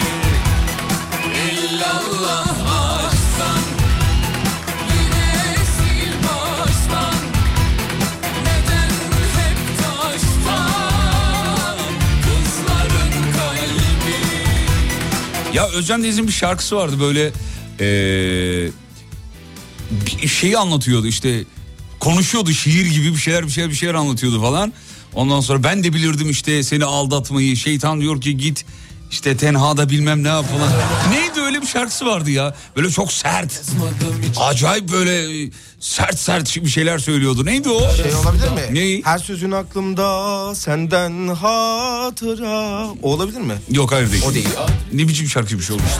İllallah aşktan yine sil baştan. Neden hep taştan kızların kalbi? Ya Özcan Deniz'in bir şarkısı vardı böyle bir şeyi anlatıyordu işte, konuşuyordu şiir gibi bir şeyler anlatıyordu falan. Ondan sonra ben de bilirdim işte seni aldatmayı, şeytan diyor ki git işte tenhada bilmem ne yap falan. Neydi öyle bir şarkısı vardı ya, böyle çok sert, acayip böyle sert bir şeyler söylüyordu. Neydi o? Şey olabilir mi? Neyi? Her sözün aklımda senden hatıra. O olabilir mi? Yok, hayır değil. O değil. Ne biçim şarkıymış olmuş.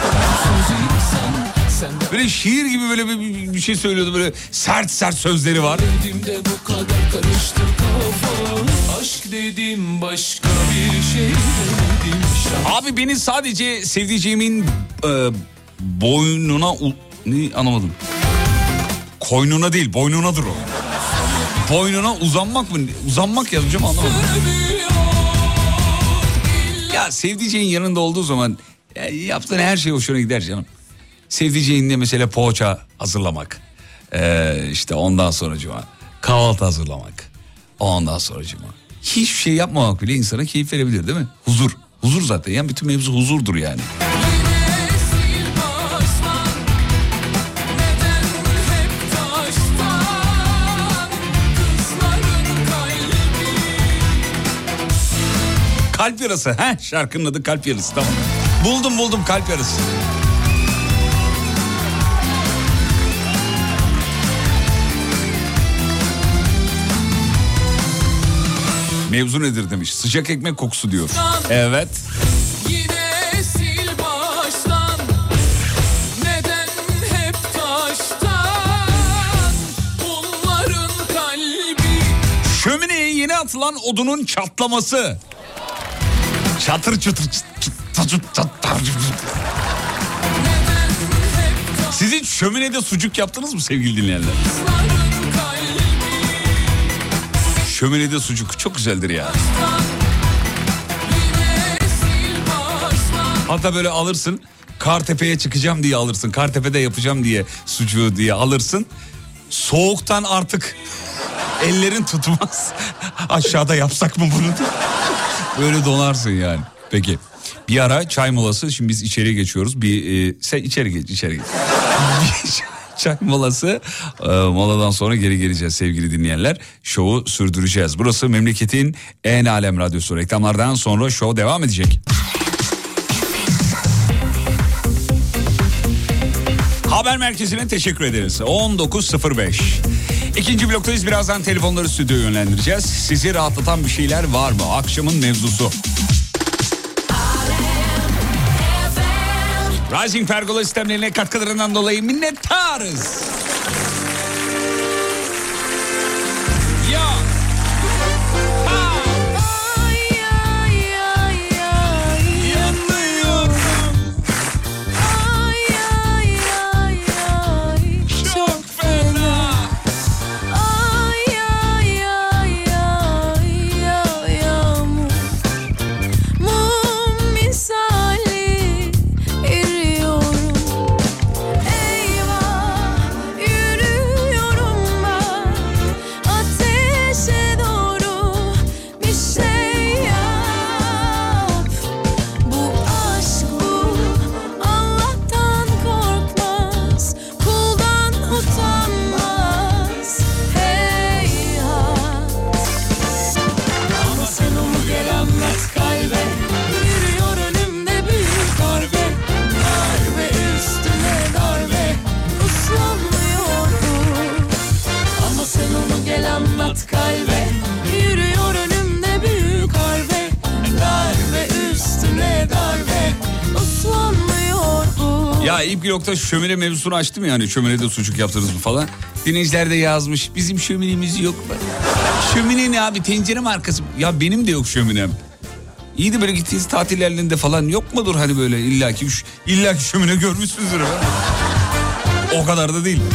Böyle şiir gibi böyle bir şey söylüyordu, böyle sert sözleri var. De bu kadar karıştı kafa. Aşk dedim başka bir şey demedim şans. Abi beni sadece sevdiceğimin boynuna ne anlamadım. Koynuna değil, boynunadır o. Boynuna uzanmak mı? Uzanmak yazacağım, anlamadım. Ya sevdiceğin yanında olduğu zaman yaptığın her şey hoşuna gider canım. Sevdiceğinle mesela poğaça hazırlamak. İşte ondan sonracığıma kahvaltı hazırlamak. Ondan sonracığıma hiçbir şey yapmamak bile insana keyif verebilir, değil mi? Huzur. Huzur zaten. Yani bütün mevzu huzurdur yani. Kalp yarası. Şarkının adı Kalp Yarası, tamam. Buldum Kalp Yarası. Mevzu nedir demiş. Sıcak ekmek kokusu diyor. Evet. Yine sil baştan. Neden hep taştan bunların kalbi? Şömineye yeni atılan odunun çatlaması. Çatır çatır Siz hiç şöminede sucuk yaptınız mı sevgili dinleyenler? Şöminede sucuk çok güzeldir ya. Hatta böyle alırsın, Kartepe'ye çıkacağım diye alırsın. Kartepe'de yapacağım diye sucuğu diye alırsın. Soğuktan artık ellerin tutmaz. Aşağıda yapsak mı bunu? Böyle donarsın yani. Peki bir ara çay molası. Şimdi biz içeri geçiyoruz. Sen içeri geç. Çay molası. Moladan sonra geri geleceğiz sevgili dinleyenler. Şovu sürdüreceğiz. Burası memleketin en alem radyosu. Reklamlardan sonra şov devam edecek. Haber merkezine teşekkür ederiz. 19.05. İkinci bloktayız. Birazdan telefonları stüdyoya yönlendireceğiz. Sizi rahatlatan bir şeyler var mı? Akşamın mevzusu. Rising Pergola sistemlerine katkılarından dolayı minnettarız. Ya. Ya ilk blokta şömine mevzusunu açtım ya, hani şöminede sucuk yaptınız mı falan. Dinleyiciler de yazmış, bizim şöminemiz yok. Şömine ne abi, tencere markası. Ya benim de yok şöminem. İyi de böyle gittiğiniz tatillerinde falan yok mudur hani böyle illaki şömine görmüşsünüzdür. O kadar da değil.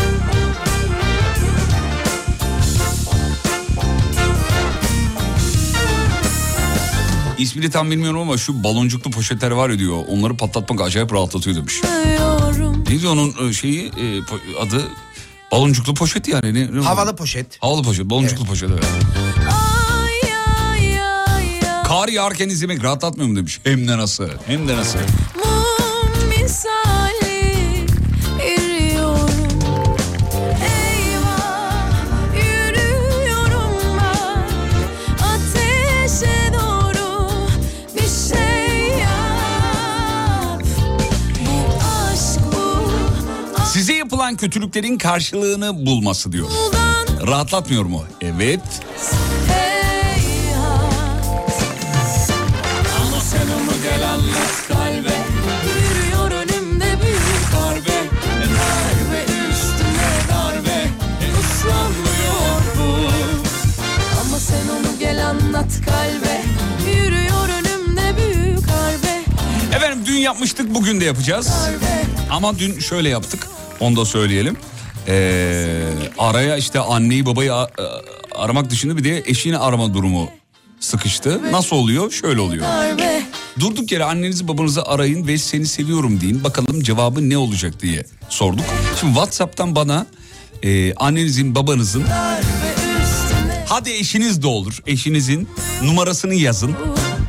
İsmini tam bilmiyorum ama şu baloncuklu poşetler var ya diyor. Onları patlatmak acayip rahatlatıyor demiş. Neydi onun şeyi adı? Baloncuklu poşet yani. Ne havalı poşet. Havalı poşet, baloncuklu poşet evet. Kar yağarken izlemek rahatlatmıyor mu demiş. Hem de nasıl, hem de nasıl. Size yapılan kötülüklerin karşılığını bulması diyor. Rahatlatmıyor mu? Evet. Ama sen onu gel anlat kalbe. Yürüyor önümde büyük darbe. Darbe üstüne darbe. Uslanmıyor bu. Ama sen onu gel anlat kalbe. Yürüyor önümde büyük harbe. Efendim dün yapmıştık, bugün de yapacağız. Ama dün şöyle yaptık, onu da söyleyelim. Araya işte anneyi babayı aramak dışında bir de eşini arama durumu sıkıştı. Nasıl oluyor? Şöyle oluyor. Durduk yere annenizi babanızı arayın ve seni seviyorum deyin. Bakalım cevabı ne olacak diye sorduk. Şimdi WhatsApp'tan bana annenizin babanızın, hadi eşiniz de olur, eşinizin numarasını yazın.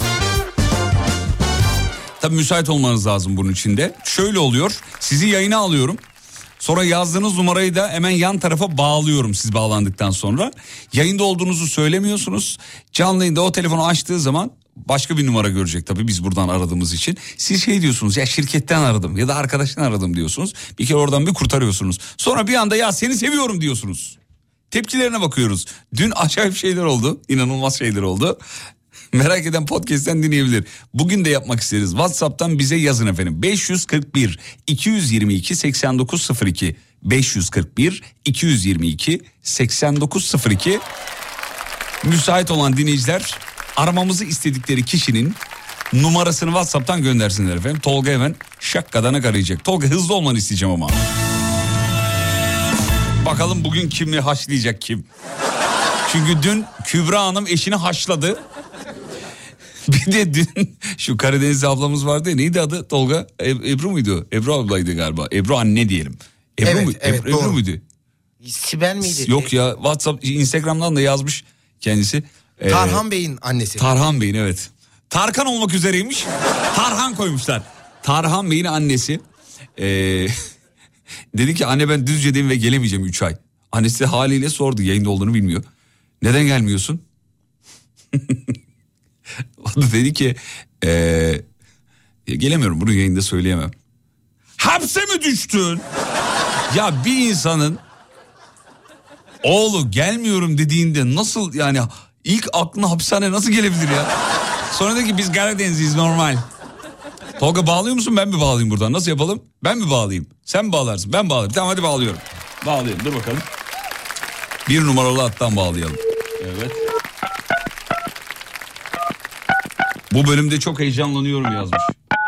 Tabii müsait olmanız lazım bunun için de. Şöyle oluyor, sizi yayına alıyorum. Sonra yazdığınız numarayı da hemen yan tarafa bağlıyorum siz bağlandıktan sonra. Yayında olduğunuzu söylemiyorsunuz. Canlı yayında o telefonu açtığı zaman başka bir numara görecek tabii biz buradan aradığımız için. Siz şey diyorsunuz, ya şirketten aradım ya da arkadaştan aradım diyorsunuz. Bir kere oradan bir kurtarıyorsunuz. Sonra bir anda ya seni seviyorum diyorsunuz. Tepkilerine bakıyoruz. Dün acayip şeyler oldu, inanılmaz şeyler oldu. Merak eden podcast'ten dinleyebilir. Bugün de yapmak isteriz. WhatsApp'tan bize yazın efendim. 541 222 8902 541 222 8902. Müsait olan dinleyiciler aramamızı istedikleri kişinin numarasını WhatsApp'tan göndersinler efendim. Tolga hemen şakkadanak arayacak. Tolga hızlı olmanı isteyeceğim ama. Bakalım bugün kimi haşlayacak kim? Çünkü dün Kübra Hanım eşini haşladı. Bir de dün şu Karadenizli ablamız vardı ya, neydi adı Tolga? Ebru muydu? Ebru ablaydı galiba. Ebru anne diyelim. Ebru Ebru muydu? Sibel miydi? Yok ya, WhatsApp, Instagram'dan da yazmış kendisi. Tarhan Bey'in annesi. Tarhan Bey'in, evet. Tarkan olmak üzereymiş. Tarhan koymuşlar. Tarhan Bey'in annesi. Dedi ki anne ben Düzce'deyim ve gelemeyeceğim 3 ay. Annesi haliyle sordu, yayında olduğunu bilmiyor. Neden gelmiyorsun? O da dedi ki gelemiyorum, bunu yayında söyleyemem. Hapse mi düştün? Ya bir insanın oğlu gelmiyorum dediğinde nasıl yani, ilk aklına hapishane nasıl gelebilir ya? Sonra dedi ki biz Karadenizliyiz, normal. Tolga bağlıyor musun, ben mi bağlayayım buradan, nasıl yapalım? Ben mi bağlayayım? Sen mi bağlarsın? Ben bağlayayım. Tamam hadi bağlıyorum. Bağlayalım, dur bakalım. Bir numaralı hattan bağlayalım. Evet. Bu bölümde çok heyecanlanıyorum yazmış.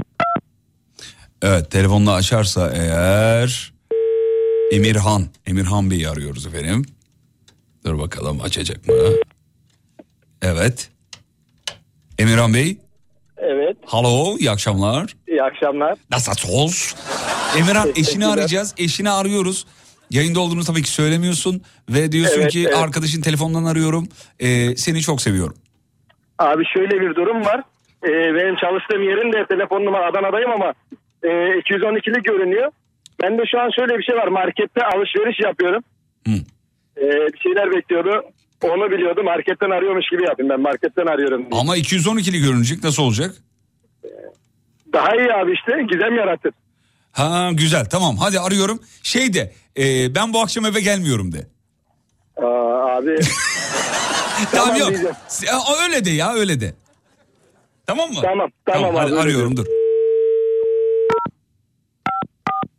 Evet, telefonla açarsa eğer Emirhan Bey'i arıyoruz efendim. Dur bakalım açacak mı? Evet. Emirhan Bey. Evet. Hello, iyi akşamlar. İyi akşamlar. Nasılsınız? Emirhan, eşini arayacağız. Eşini arıyoruz. Yayında olduğunu tabii ki söylemiyorsun ve diyorsun evet, ki evet, arkadaşın telefondan arıyorum. Seni çok seviyorum. Abi şöyle bir durum var. Benim çalıştığım yerin de telefon numara Adana'dayım ama 212'lik görünüyor. Ben de şu an şöyle bir şey var. Markette alışveriş yapıyorum. Bir şeyler bekliyordu. Onu biliyordu. Marketten arıyormuş gibi yapayım, ben marketten arıyorum diye. Ama 212'li görünecek, nasıl olacak? Daha iyi abi, işte gizem yaratır. Ha güzel, tamam hadi arıyorum. Ben bu akşam eve gelmiyorum de. Abi. Tamam yok. Öyle de ya, öyle de. Tamam mı? Tamam abi. Hadi arıyorum, dur.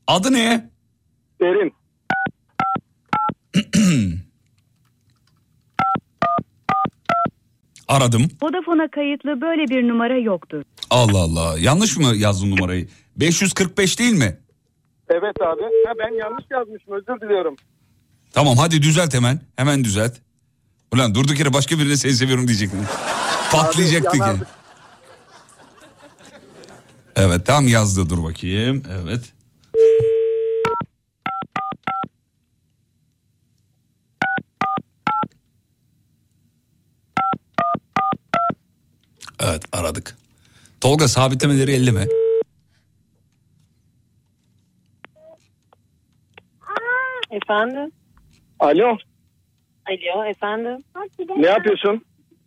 Adı ne? Derin. Aradım. Vodafone'a kayıtlı böyle bir numara yoktur. Allah Allah. Yanlış mı yazdım numarayı? 545 değil mi? Evet abi. Ben yanlış yazmışım, özür diliyorum. Tamam hadi düzelt hemen. Hemen düzelt. Ulan durduk yere başka birine seni seviyorum diyecektin. Patlayacaktık ya. Evet tam yazdı, dur bakayım. Evet. Evet aradık. Tolga sabitlemeleri elleme. Efendim? Alo. Alo efendim? Ne yapıyorsun?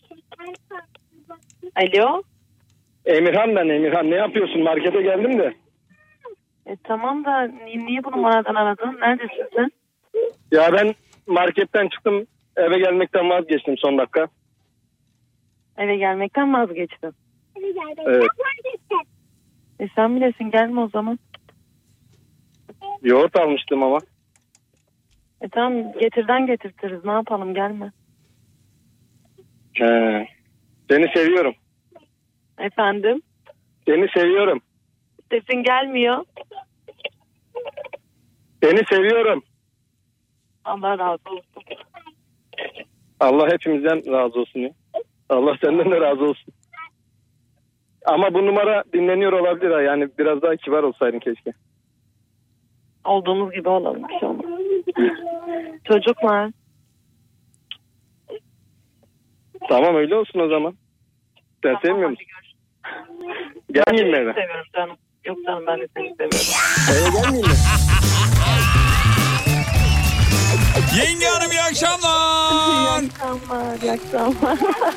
Alo? Emirhan ben, Emirhan. Ne yapıyorsun? Markete geldim de. Tamam da niye bu numaradan aradın? Neredesin sen? Ya ben marketten çıktım, eve gelmekten vazgeçtim son dakika. Eve gelmekten vazgeçtim. Evet. Sen bilesin, gelme o zaman. Yoğurt almıştım ama. Tamam getirden getirtiriz, ne yapalım, gelme. Seni seviyorum. Efendim? Seni seviyorum. Sesin gelmiyor. Seni seviyorum. Allah razı olsun. Allah hepimizden razı olsun ya. Allah senden de razı olsun. Ama bu numara dinleniyor olabilir ha. Yani biraz daha kibar olsaydın keşke. Olduğumuz gibi olalım, bir şey olmaz. Çocuklar. Tamam öyle olsun o zaman. Sen sevmiyor musun? Gelmeyeyim mi eve? Seviyorum canım. Yok canım, ben de seni seviyorum. Eve gelmeyeyim mi? Yenge hanım iyi akşamlar. İyi akşamlar, iyi akşamlar.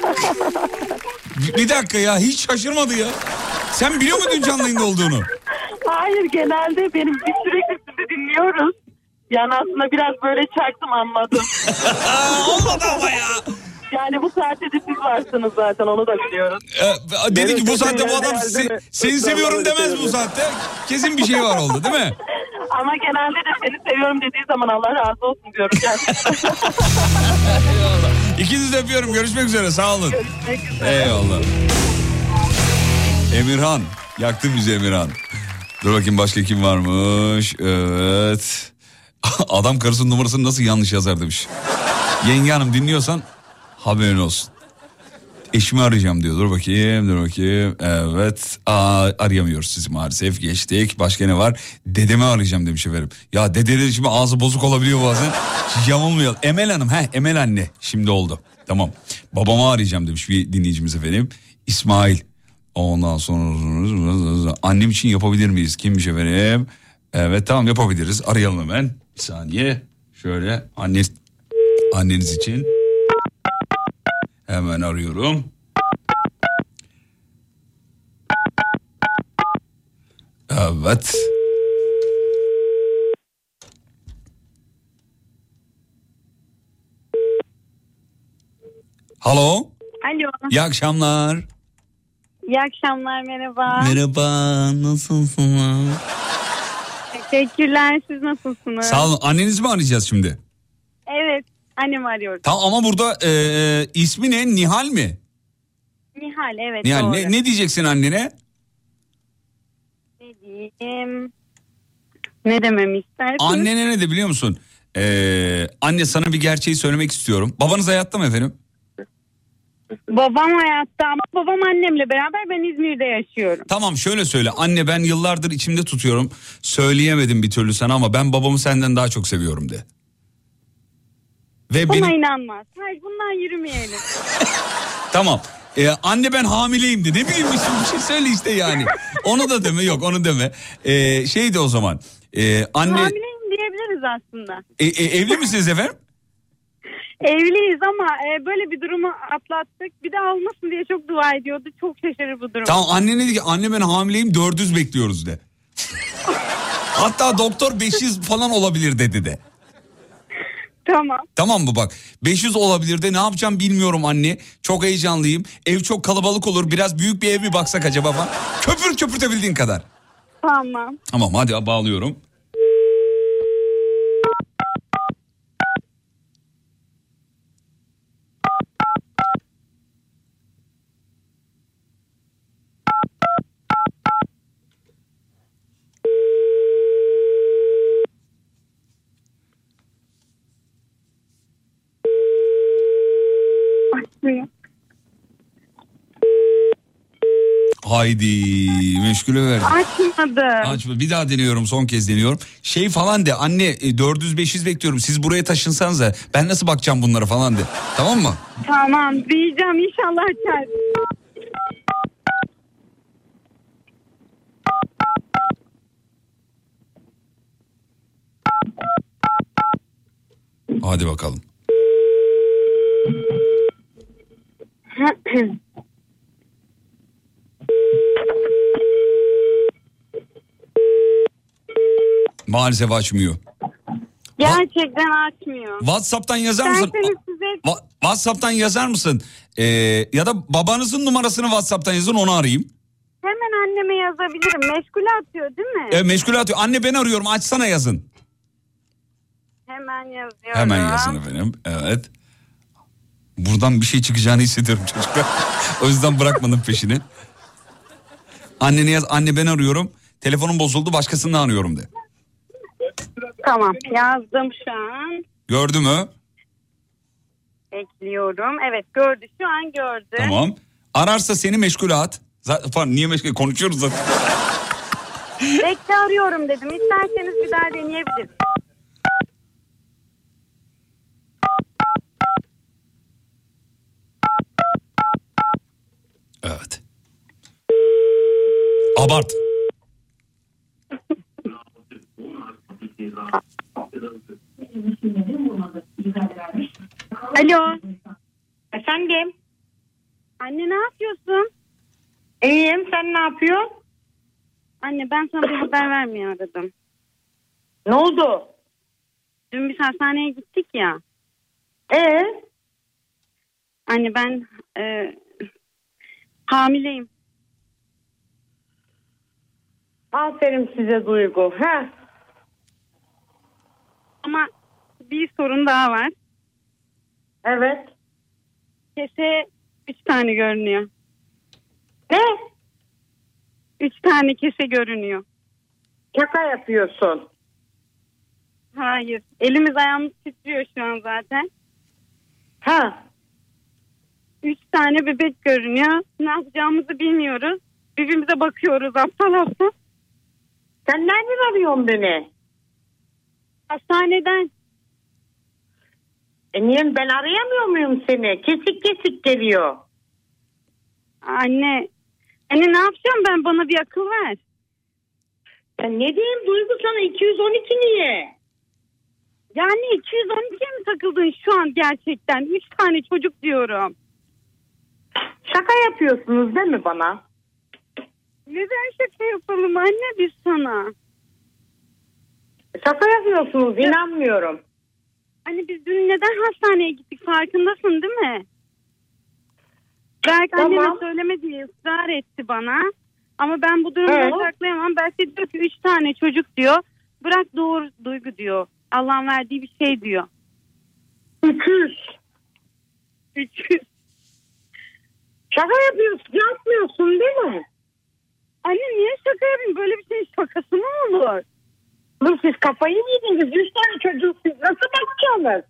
Bir dakika ya, hiç şaşırmadı ya. Sen biliyor muydun canlı yayında olduğunu? Hayır, genelde biz sürekli sizi dinliyoruz. Yani aslında biraz böyle çaktım, anladım. Olmadı ama ya. Yani bu saatte de siz varsınız zaten, onu da biliyoruz. Dedi ki bu saatte bu adam seni seviyorum demez bu saatte. Kesin bir şey var oldu değil mi? Ama genelde de seni seviyorum dediği zaman Allah razı olsun diyorum gerçekten. Eyvallah. İkinizi de öpüyorum. Görüşmek üzere. Sağ olun. Görüşmek üzere. Eyvallah. Emirhan. Yaktın bizi Emirhan. Dur bakayım başka kim varmış. Evet. Adam karısının numarasını nasıl yanlış yazar demiş. Yenge hanım dinliyorsan haberin olsun. Eşimi arayacağım diyor. Dur bakayım. Evet. Arayamıyoruz sizi maalesef. Geçtik. Başka ne var? Dedemi arayacağım demiş efendim. Ya dedeler şimdi ağzı bozuk olabiliyor bazen. Yamulmayalım. Emel Hanım. Emel anne. Şimdi oldu. Tamam. Babamı arayacağım demiş bir dinleyicimiz efendim. İsmail. Ondan sonra annem için yapabilir miyiz? Kimmiş efendim? Evet tamam yapabiliriz. Arayalım hemen. Bir saniye. Şöyle anneniz için. Hemen arıyorum. Evet. Alo. Alo. İyi akşamlar. İyi akşamlar, merhaba. Merhaba, nasılsınız? Teşekkürler, siz nasılsınız? Sağ olun. Annenizi mi arayacağız şimdi? Evet, annemi arıyorum. Tamam ama burada ismi ne? Nihal mi? Nihal, evet Nihal, doğru. ne diyeceksin annene? Ne diyeyim? Ne dememi istersin? Annene ne de biliyor musun? Anne sana bir gerçeği söylemek istiyorum. Babanız hayatta mı efendim? Babam hayatta ama babam annemle beraber, ben İzmir'de yaşıyorum. Tamam şöyle söyle. Anne ben yıllardır içimde tutuyorum. Söyleyemedim bir türlü sana ama ben babamı senden daha çok seviyorum de. Ve Buna benim... inanmaz. Hayır, bundan yürümeyelim. Tamam. Anne ben hamileyim de. Ne bileyim bir şey söyle işte yani. Onu da deme, yok onu deme. Şeydi o zaman. Anne... Hamileyim diyebiliriz aslında. Evli misiniz efendim? Evliyiz ama böyle bir durumu atlattık. Bir de olmasın diye çok dua ediyordu. Çok şaşırır bu durum. Tamam anne dedi ki anne ben hamileyim 400 bekliyoruz de. Hatta doktor 500 falan olabilir dedi de. Tamam. Tamam mı bak 500 olabilir de ne yapacağım bilmiyorum anne. Çok heyecanlıyım. Ev çok kalabalık olur. Biraz büyük bir ev mi baksak acaba falan. Köpürtebildiğin kadar. Tamam. Tamam hadi bağlıyorum. açmıyor. Haydi meşgule verdim. Açmadı. Açma. Bir daha deniyorum, son kez deniyorum. Şey falan de, anne 400-500 bekliyorum, siz buraya taşınsanız da ben nasıl bakacağım bunlara falan de. Tamam mı? Tamam diyeceğim, inşallah açar. Hadi bakalım. Maalesef açmıyor. Gerçekten açmıyor. WhatsApp'tan yazar mısın? WhatsApp'tan yazar mısın? Ya da babanızın numarasını WhatsApp'tan yazın, onu arayayım. Hemen anneme yazabilirim. Meşgule atıyor değil mi? Meşgule atıyor. Anne ben arıyorum, açsana yazın. Hemen yazıyorum. Hemen yazın efendim. Evet. Buradan bir şey çıkacağını hissediyorum çocuklar. O yüzden bırakmadım peşini. Annene yaz, anne ben arıyorum. Telefonum bozuldu, başkasından arıyorum de. Tamam, yazdım şu an. Gördü mü? Bekliyorum. Evet, gördü, şu an gördü. Tamam. Ararsa seni meşgule at. Zaten niye meşgule, konuşuyoruz zaten. Bekle, arıyorum dedim. İsterseniz bir daha deneyebiliriz. Evet. Abart. Alo. Efendim. Anne ne yapıyorsun? İyiyim, sen ne yapıyorsun? Anne ben sana bir haber vermeye aradım. Ne oldu? Dün biz hastaneye gittik ya. Anne ben hamileyim. Aferin size Duygu. Ama bir sorun daha var. Evet. Kese 3 tane görünüyor. Ne? 3 tane kese görünüyor. Şaka yapıyorsun. Hayır. Elimiz ayağımız titriyor şu an zaten. 3 tane bebek görünüyor. Ne yapacağımızı bilmiyoruz. Birbirimize bakıyoruz aptal aptal. Sen nereden arıyorsun beni? Hastaneden. Niye ben arayamıyor muyum seni? Kesik kesik geliyor. Anne ne yapacağım ben, bana bir akıl ver. Ben ne diyeyim Duygu sana, 212 niye? Yani 212'ye mi takıldın şu an gerçekten? 3 tane çocuk diyorum. Şaka yapıyorsunuz değil mi bana? Neden şaka yapalım anne biz sana? Şaka yapıyorsunuz, inanmıyorum. Hani biz dün neden hastaneye gittik farkındasın değil mi? Belki anneme söyleme diye ısrar etti bana. Ama ben bu durumu saklayamam. Belki diyor ki 3 tane çocuk diyor. Bırak doğru Duygu diyor. Allah'ın verdiği bir şey diyor. 300. Şaka yapmıyorsun değil mi? Anne niye şaka yapayım? Böyle bir şeyin şakası mı olur? Dur siz kafayı mı yediniz? 3 tane çocuğu siz nasıl bakacaksınız?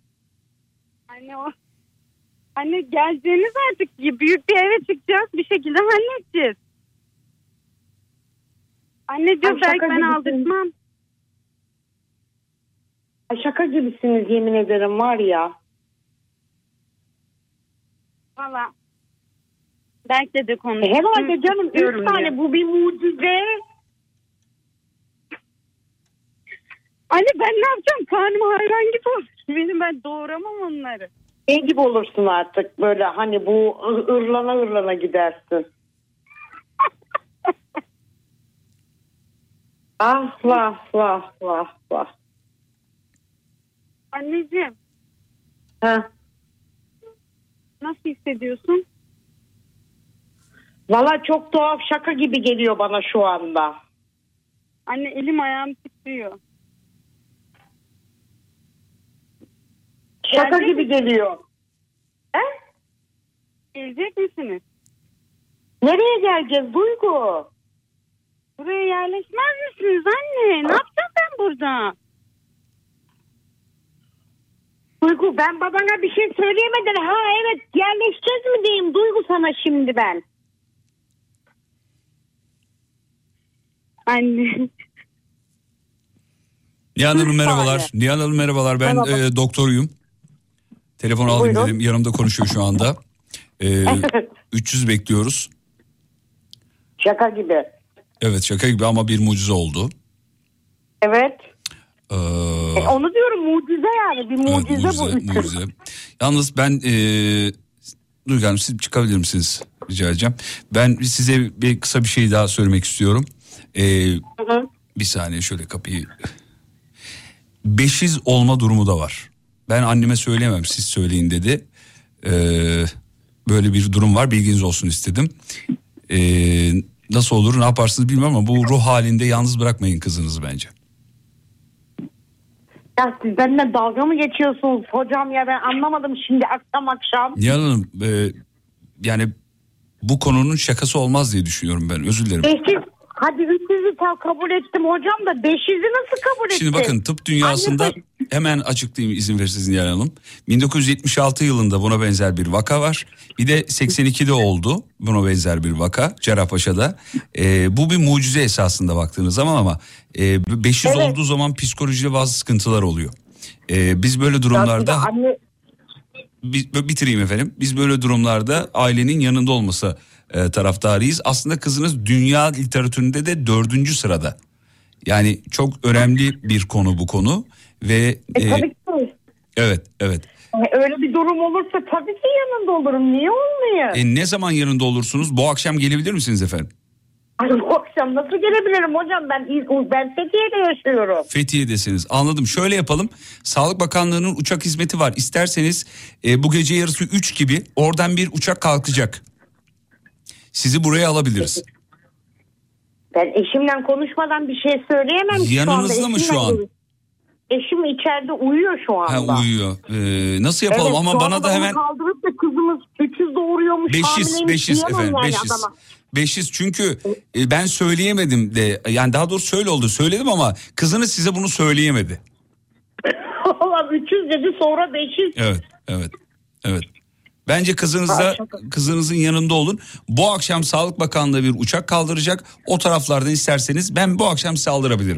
Anne geleceğiniz artık, büyük bir eve çıkacağız, bir şekilde halledeceğiz. Anne diyor belki ben aldırtmam. Şaka gibisiniz yemin ederim var ya. Valla. Belki de konuştum. Herhalde canım 3 tane diye. Bu bir mucize. Anne ben ne yapacağım? Karnım hayvan gibi olur. Ben doğuramam onları. Ne gibi olursun artık böyle hani bu ırlana gidersin. Ah vah. Anneciğim. Nasıl hissediyorsun? Valla çok tuhaf, şaka gibi geliyor bana şu anda. Anne elim ayağım titriyor. Şaka gibi geliyor. Gelecek misiniz? Nereye geleceğiz Duygu? Buraya yerleşmez misiniz anne? Ne yapacağım ben burada? Duygu Duygu ben babana bir şey söyleyemeden ha evet yerleşeceğiz mi diyeyim Duygu sana şimdi ben. Anne. Nihan Hanım merhabalar. Nihan Hanım merhabalar. Ben doktoruyum. Telefonu alayım dedim. Yanımda konuşuyor şu anda. 300 bekliyoruz. Şaka gibi. Evet şaka gibi ama bir mucize oldu. Evet. Onu diyorum mucize yani. Bir mucize, evet, bu. Mucize. Yalnız ben Duygu Hanım siz çıkabilir misiniz? Rica edeceğim. Ben size kısa bir şey daha söylemek istiyorum. Bir saniye şöyle kapıyı. Beşiz olma durumu da var. Ben anneme söyleyemem siz söyleyin dedi. Böyle bir durum var bilginiz olsun istedim. Nasıl olur ne yaparsınız bilmem ama bu ruh halinde yalnız bırakmayın kızınızı bence. Ya siz benimle dalga mı geçiyorsunuz hocam ya ben anlamadım şimdi akşam. Nihan Hanım yani bu konunun şakası olmaz diye düşünüyorum ben özür dilerim. 500 hadi 300'ü kabul ettim hocam da 500'ü nasıl kabul ettim? Şimdi bakın tıp dünyasında hemen açıklayayım izin verirseniz Nihan Hanım. 1976 yılında buna benzer bir vaka var. Bir de 82'de oldu buna benzer bir vaka Cerrahpaşa'da. Bu bir mucize esasında baktığınız zaman ama 500 olduğu zaman psikolojide bazı sıkıntılar oluyor. Biz böyle durumlarda... Bitireyim efendim. Biz böyle durumlarda ailenin yanında olması taraftarıyız. Aslında kızınız dünya literatüründe de 4. sırada. Yani çok önemli bir konu bu konu ve tabii ki. Evet. Öyle bir durum olursa tabii ki yanında olurum. Niye olmuyor? Ne zaman yanında olursunuz? Bu akşam gelebilir misiniz efendim? Ay, bu akşam nasıl gelebilirim hocam? Ben Fethiye'de yaşıyorum. Fethiye'desiniz. Anladım. Şöyle yapalım. Sağlık Bakanlığı'nın uçak hizmeti var. İsterseniz bu gece yarısı 3 gibi oradan bir uçak kalkacak. Sizi buraya alabiliriz. Ben eşimle konuşmadan bir şey söyleyemem. Yanınızda mı şu an? Eşim içeride uyuyor şu anda. Ha uyuyor. Nasıl yapalım evet, ama bana da hemen... kaldırıp da kızımız 300 doğuruyormuş. 500 efendim 500 çünkü ben söyleyemedim de yani daha doğrusu şöyle oldu söyledim ama kızınız size bunu söyleyemedi. Allah 300 dedi sonra 500. Evet. Bence kızınızın yanında olun. Bu akşam Sağlık Bakanlığı bir uçak kaldıracak. O taraflardan isterseniz ben bu akşam size aldırabilirim.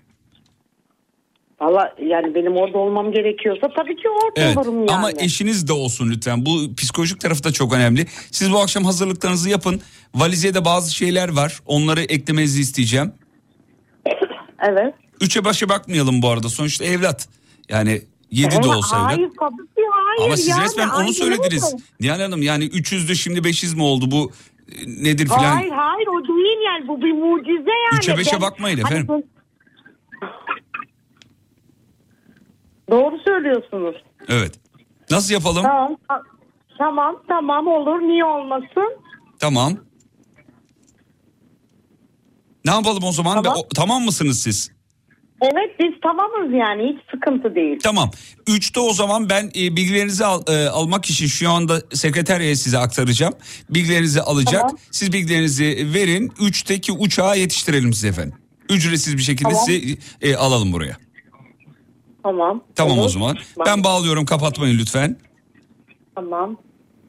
Valla yani benim orada olmam gerekiyorsa tabii ki orada olurum yani. Ama eşiniz de olsun lütfen. Bu psikolojik tarafı da çok önemli. Siz bu akşam hazırlıklarınızı yapın. Valize de bazı şeyler var. Onları eklemenizi isteyeceğim. Evet. 3'e başa bakmayalım bu arada. Sonuçta evlat. Yani 7 de olsa evlat. Hayır tabii ki hayır. Ama siz yani, resmen onu söylediniz. Nihan Hanım yani 300'dü şimdi 500 mi oldu bu nedir filan. Hayır o değil yani bu bir mucize yani. 3'e 5'e bakmayın efendim. Doğru söylüyorsunuz. Evet. Nasıl yapalım? Tamam olur niye olmasın? Tamam. Ne yapalım o zaman? Tamam mısınız siz? Evet biz tamamız yani hiç sıkıntı değil. Tamam. 3'te o zaman ben bilgilerinizi almak için şu anda sekreteriye size aktaracağım. Bilgilerinizi alacak. Tamam. Siz bilgilerinizi verin. 3'teki uçağa yetiştirelim size efendim. Ücretsiz bir şekilde sizi alalım buraya. Tamam o zaman. Ben bağlıyorum kapatmayın lütfen. Tamam.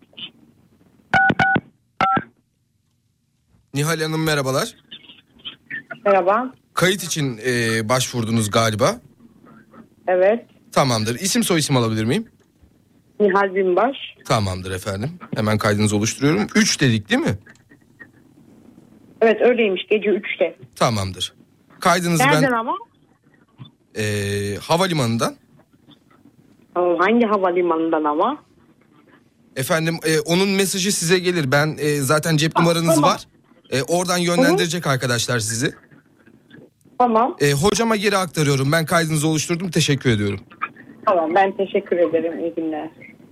Nihal Hanım merhabalar. Merhaba. Kayıt için başvurdunuz galiba. Evet. Tamamdır. İsim soyisim alabilir miyim? Nihal Binbaş. Tamamdır efendim. Hemen kaydınızı oluşturuyorum. 3 dedik değil mi? Evet öyleymiş gece 3'te. Tamamdır. Kaydınızı nereden ama? Havalimanından. Hangi havalimanından ama? Efendim onun mesajı size gelir. Ben zaten cep numaranız var. Oradan yönlendirecek arkadaşlar sizi. Tamam. Hocama geri aktarıyorum. Ben kaydınızı oluşturdum. Teşekkür ediyorum. Tamam ben teşekkür ederim. İyi günler.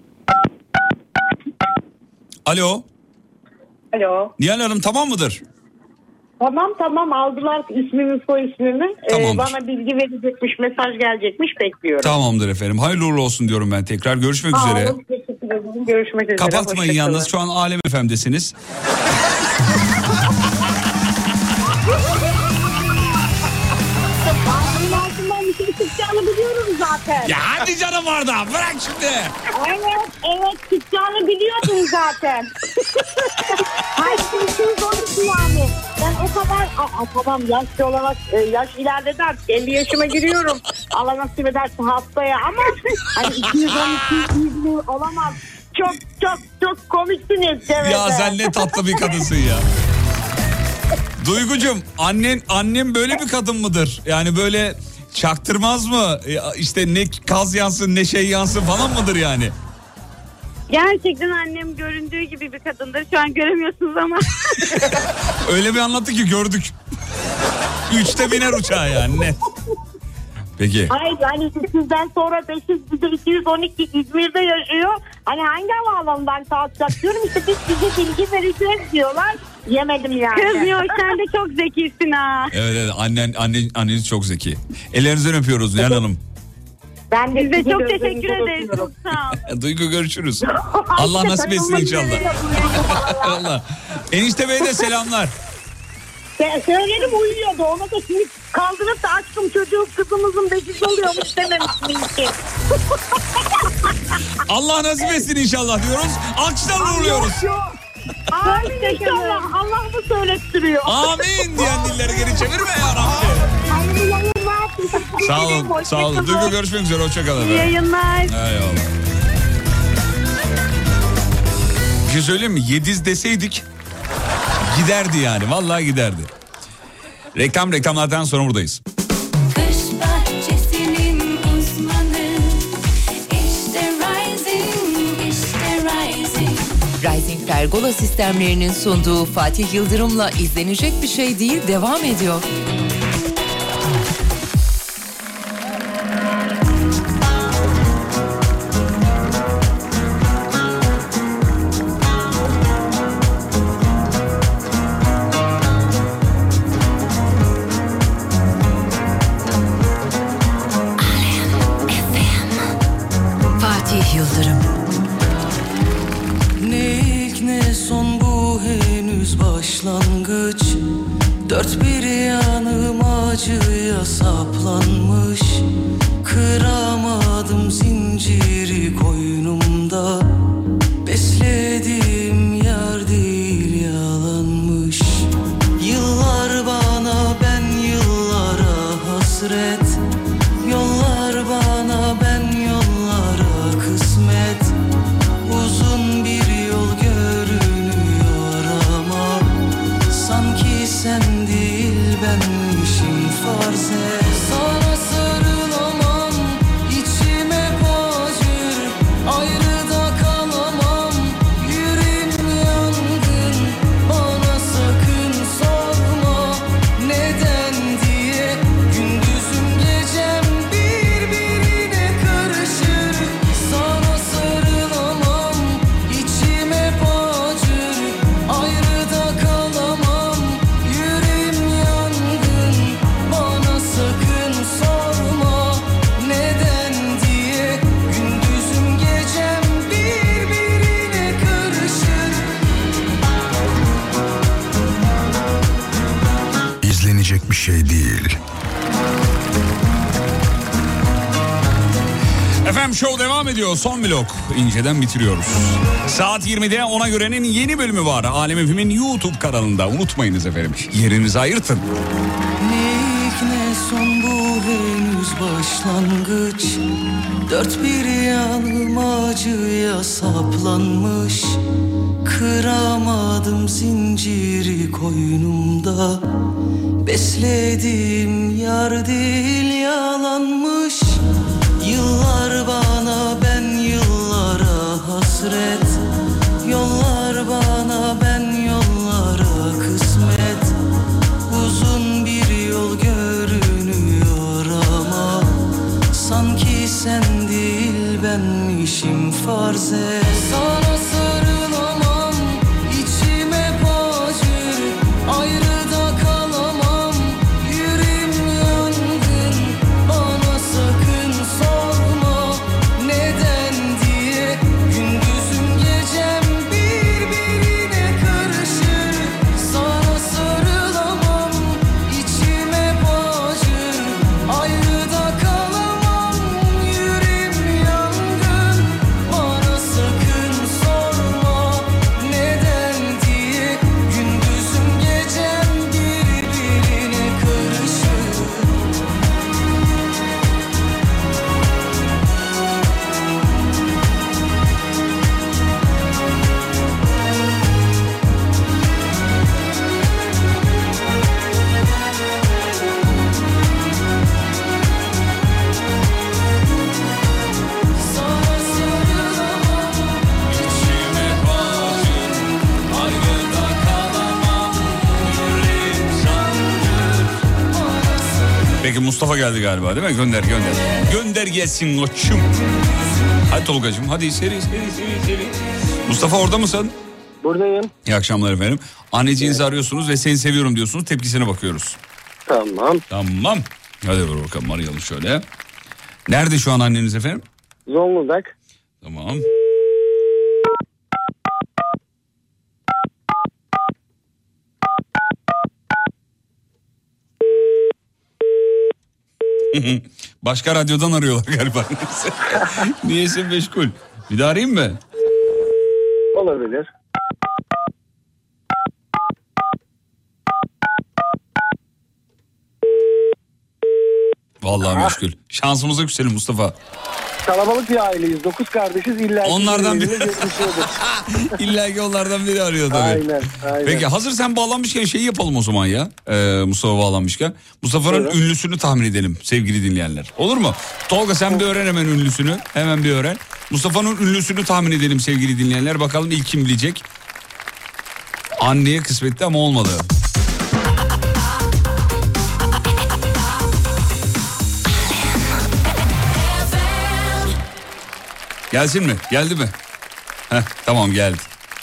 Alo. Nihal Hanım tamam mıdır? Tamam aldılar ismimi soy ismimi. Bana bilgi verecekmiş mesaj gelecekmiş bekliyorum. Tamamdır efendim. Hayırlı uğurlu olsun diyorum ben tekrar. Görüşmek üzere. Görüşmek üzere. Kapatmayın yalnız şu an Alem FM'desiniz. Ağzının altından bir şey çıkacağını biliyorum zaten. zaten. Ya hadi canım orada bırak şimdi. Evet çıkacağını biliyordum zaten. Hayır 212 yani. Ben o kadar tamam yaşlı olarak yaş ilerledi artık 50 yaşıma giriyorum. Allah nasip ederse haftaya ama hani 212 olamaz. Çok komiksiniz. Ya sen ne tatlı bir kadınsın ya. Duygucum annem böyle bir kadın mıdır? Yani böyle çaktırmaz mı? İşte ne kaz yansın ne şey yansın falan mıdır yani? Gerçekten annem göründüğü gibi bir kadındır. Şu an göremiyorsunuz ama. Öyle bir anlattı ki gördük. 3'te biner uçağa yani net. Peki. Hayır yani sizden sonra 512 İzmir'de yaşıyor. Hani hangi havaalanından kalkacak diyorum işte biz size bilgi vereceğiz diyorlar. Yemedim yani. Kız yok sen de çok zekisin ha. Evet anneniz çok zeki. Ellerinizden öpüyoruz Nihal Hanım. Ben de size çok teşekkür ederim. Çok sağ ol. Duygu görüşürüz. Allah nasip etsin inşallah. Allah. Enişte Bey'e de selamlar. Söylerim uyuyordu. Ona da şimdi kaldırıp da aşkım çocuğum kızımızın bekisi oluyormuş dememiştim ki. Allah nasip etsin inşallah diyoruz. Alkışlarla uğurluyoruz. Amin inşallah. Allah mı söylettiriyor? Amin diyen dilleri geri çevirme ya Rabbi. Hayırlı yayınlar. Sağ olun. Duygu görüşmek üzere. Hoşçakalın. İyi yayınlar. Eyvallah. Bir şey söyleyeyim mi? Yediz deseydik giderdi yani. Vallahi giderdi. Reklamlardan sonra buradayız. Kış bahçesinin uzmanı işte Rising. Rising Pergola sistemlerinin sunduğu Fatih Yıldırım'la izlenecek bir şey değil devam ediyor. Dört bir yanım acıya saplanmış. Kıramadım zinciri koynumda. Beslediğim yer değil yalanmış. Yıllar bana ben yıllara hasret. Yollar bana ben yollara kısmet. Uzun bir yol görünüyor ama sanki sen değil benmişim farz et. Sana sarılamam, içime acır, ayrı da kalamam. Yüreğim yangın, bana sakın sorma neden diye. Gündüzüm gecem birbirine karışır. Sana sarılamam, içime acır, ayrı da kalamam. Yüreğim yangın, bana sakın sorma neden diye. Gündüzüm gecem birbirine karışır. İzlenecek bir şey değil. Efendim show devam ediyor. Son blok. İnceden bitiriyoruz. Saat 20'de Ona Göre'nin yeni bölümü var. Alem FM'in YouTube kanalında. Unutmayınız efendim. Yerinizi ayırtın. Ne ilk ne son bu henüz başlangıç. Dört bir yanım acıya saplanmış. Kıramadım zinciri koynumda. Beslediğim yar değil yalanmış. Yıllar bana ben yıllara hasret. Yollar bana ben yollara kısmet. Uzun bir yol görünüyor ama sanki sen değil benmişim farz et. Sana sarılamam, içime acır, ayrı da kalamam. Yüreğim yangın, bana sakın sorma neden diye. Gündüzüm gecem birbirine karışır. Sana sarılamam, içime acır, ayrı da kalamam. Peki Mustafa geldi galiba değil mi? Gönder. Gönder gelsin koçum. Hadi Tolgacığım hadi seri. Mustafa orada mısın? Buradayım. İyi akşamlar efendim. Anneciğinizi arıyorsunuz ve seni seviyorum diyorsunuz. Tepkisine bakıyoruz. Tamam. Hadi bakalım arayalım şöyle. Nerede şu an anneniz efendim? Zonguldak. Tamam. Başka radyodan arıyorlar galiba. Niyeyse meşgul. Bir daha arayayım mı? Olabilir. Vallahi meşgul. Şansımıza küselim Mustafa. Kalabalık bir aileyiz. 9 kardeşiz. İlla onlardan biri. İlla ki onlardan biri arıyor tabii. Aynen. Peki hazır sen bağlanmışken şeyi yapalım o zaman ya. Mustafa bağlanmışken. Mustafa'nın ünlüsünü tahmin edelim sevgili dinleyenler. Olur mu? Tolga sen bir öğren hemen ünlüsünü. Hemen bir öğren. Mustafa'nın ünlüsünü tahmin edelim sevgili dinleyenler. Bakalım ilk kim bilecek? Anneye kısmetti ama olmadı. Gelsin mi? Geldi mi? Heh, tamam geldi.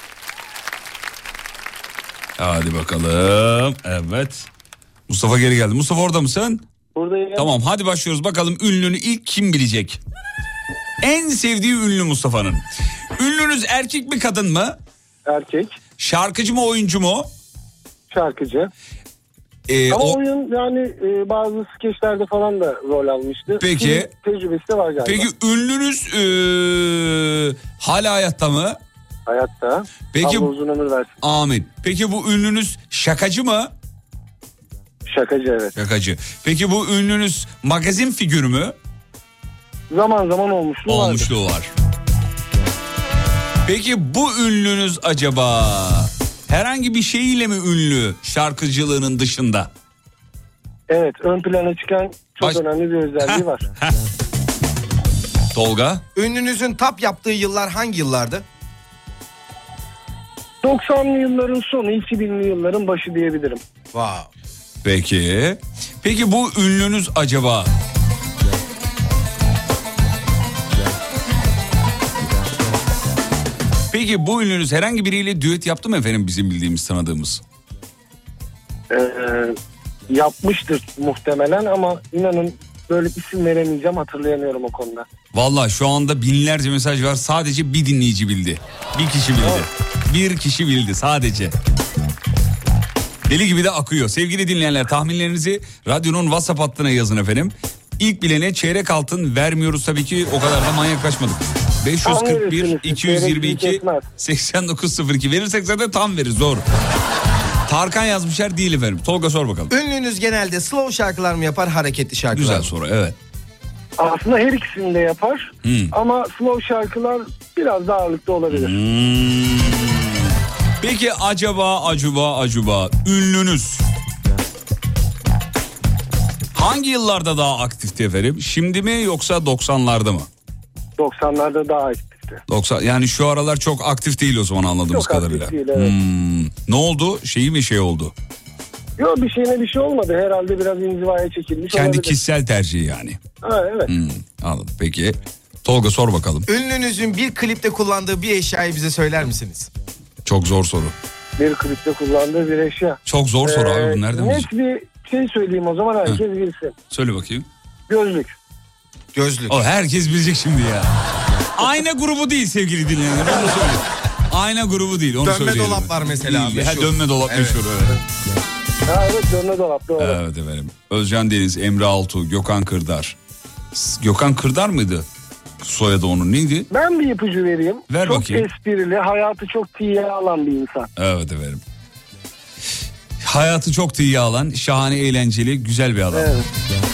Hadi bakalım. Evet. Mustafa geri geldi. Mustafa orada mısın? Buradayım. Tamam hadi başlıyoruz. Bakalım ünlünü ilk kim bilecek? En sevdiği ünlü Mustafa'nın. Ünlünüz erkek mi kadın mı? Erkek. Şarkıcı mı oyuncu mu? Şarkıcı. Ama oyun yani bazı skeçlerde falan da rol almıştı. Peki. Tecrübesi de var galiba. Peki ünlünüz hala hayatta mı? Hayatta. Peki, Allah uzun ömür versin. Amin. Peki bu ünlünüz şakacı mı? Şakacı evet. Şakacı. Peki bu ünlünüz magazin figürü mü? Zaman zaman olmuşluğu var. Peki bu ünlünüz acaba herhangi bir şeyiyle mi ünlü şarkıcılığının dışında? Evet, ön plana çıkan çok önemli bir özelliği var. Tolga? Ünlünüzün tap yaptığı yıllar hangi yıllardı? 90'lı yılların sonu, 2000'li yılların başı diyebilirim. Wow. Peki. Peki bu ünlünüz acaba Peki bu ünlünüz herhangi biriyle düet yaptı mı efendim bizim bildiğimiz, tanıdığımız? Yapmıştır muhtemelen ama inanın böyle isim veremeyeceğim, hatırlayamıyorum o konuda. Vallahi şu anda binlerce mesaj var, sadece bir dinleyici bildi. Bir kişi bildi. Evet. Bir kişi bildi sadece. Deli gibi de akıyor. Sevgili dinleyenler, tahminlerinizi radyonun WhatsApp hattına yazın efendim. İlk bilene çeyrek altın vermiyoruz tabii ki, o kadar da manyaklaşmadık. 541 222 8902 verirsek zaten tam verir, zor. Tarkan yazmışlar, değil efendim. Tolga sor bakalım. Ünlünüz genelde slow şarkılar mı yapar, hareketli şarkılar Güzel mı? soru, evet. Aslında her ikisini de yapar ama slow şarkılar biraz daha ağırlıklı olabilir. Peki acaba ünlünüz hangi yıllarda daha aktifti efendim? Şimdi mi yoksa 90'larda mı? 90'larda daha aktifti. 90, yani şu aralar çok aktif değil o zaman anladığımız çok kadarıyla. Aktif değil, evet. Ne oldu? Şey oldu? Yok, bir şey olmadı. Herhalde biraz inzivaya çekilmiş kendi olabilir. kişisel tercihi yani. Ha, evet. Anladım. Peki Tolga sor bakalım. Ünlünüzün bir klipte kullandığı bir eşyayı bize söyler misiniz? Çok zor soru. Bir klipte kullandığı bir eşya. Çok zor soru abi, bu nereden net bir şey söyleyeyim o zaman, herkes bilsin. Söyle bakayım. Gözlük. O herkes bilecek şimdi ya. Ayna grubu değil sevgili dinleyenler. Onu söyleyeyim. Ayna grubu değil, onu dönme söyleyelim. dolap var mesela. Dönme dolap meşhur, evet. Ha, evet, dönme dolap doğru. Evet efendim. Özcan Deniz, Emre Altuğ, Gökhan Kırdar. Gökhan Kırdar mıydı soyadı onun, neydi? Ben bir ipucu vereyim. Ver çok bakayım. esprili, hayatı çok tiye alan bir insan. Evet efendim. Hayatı çok tiye alan, şahane, eğlenceli, güzel bir adam. Evet.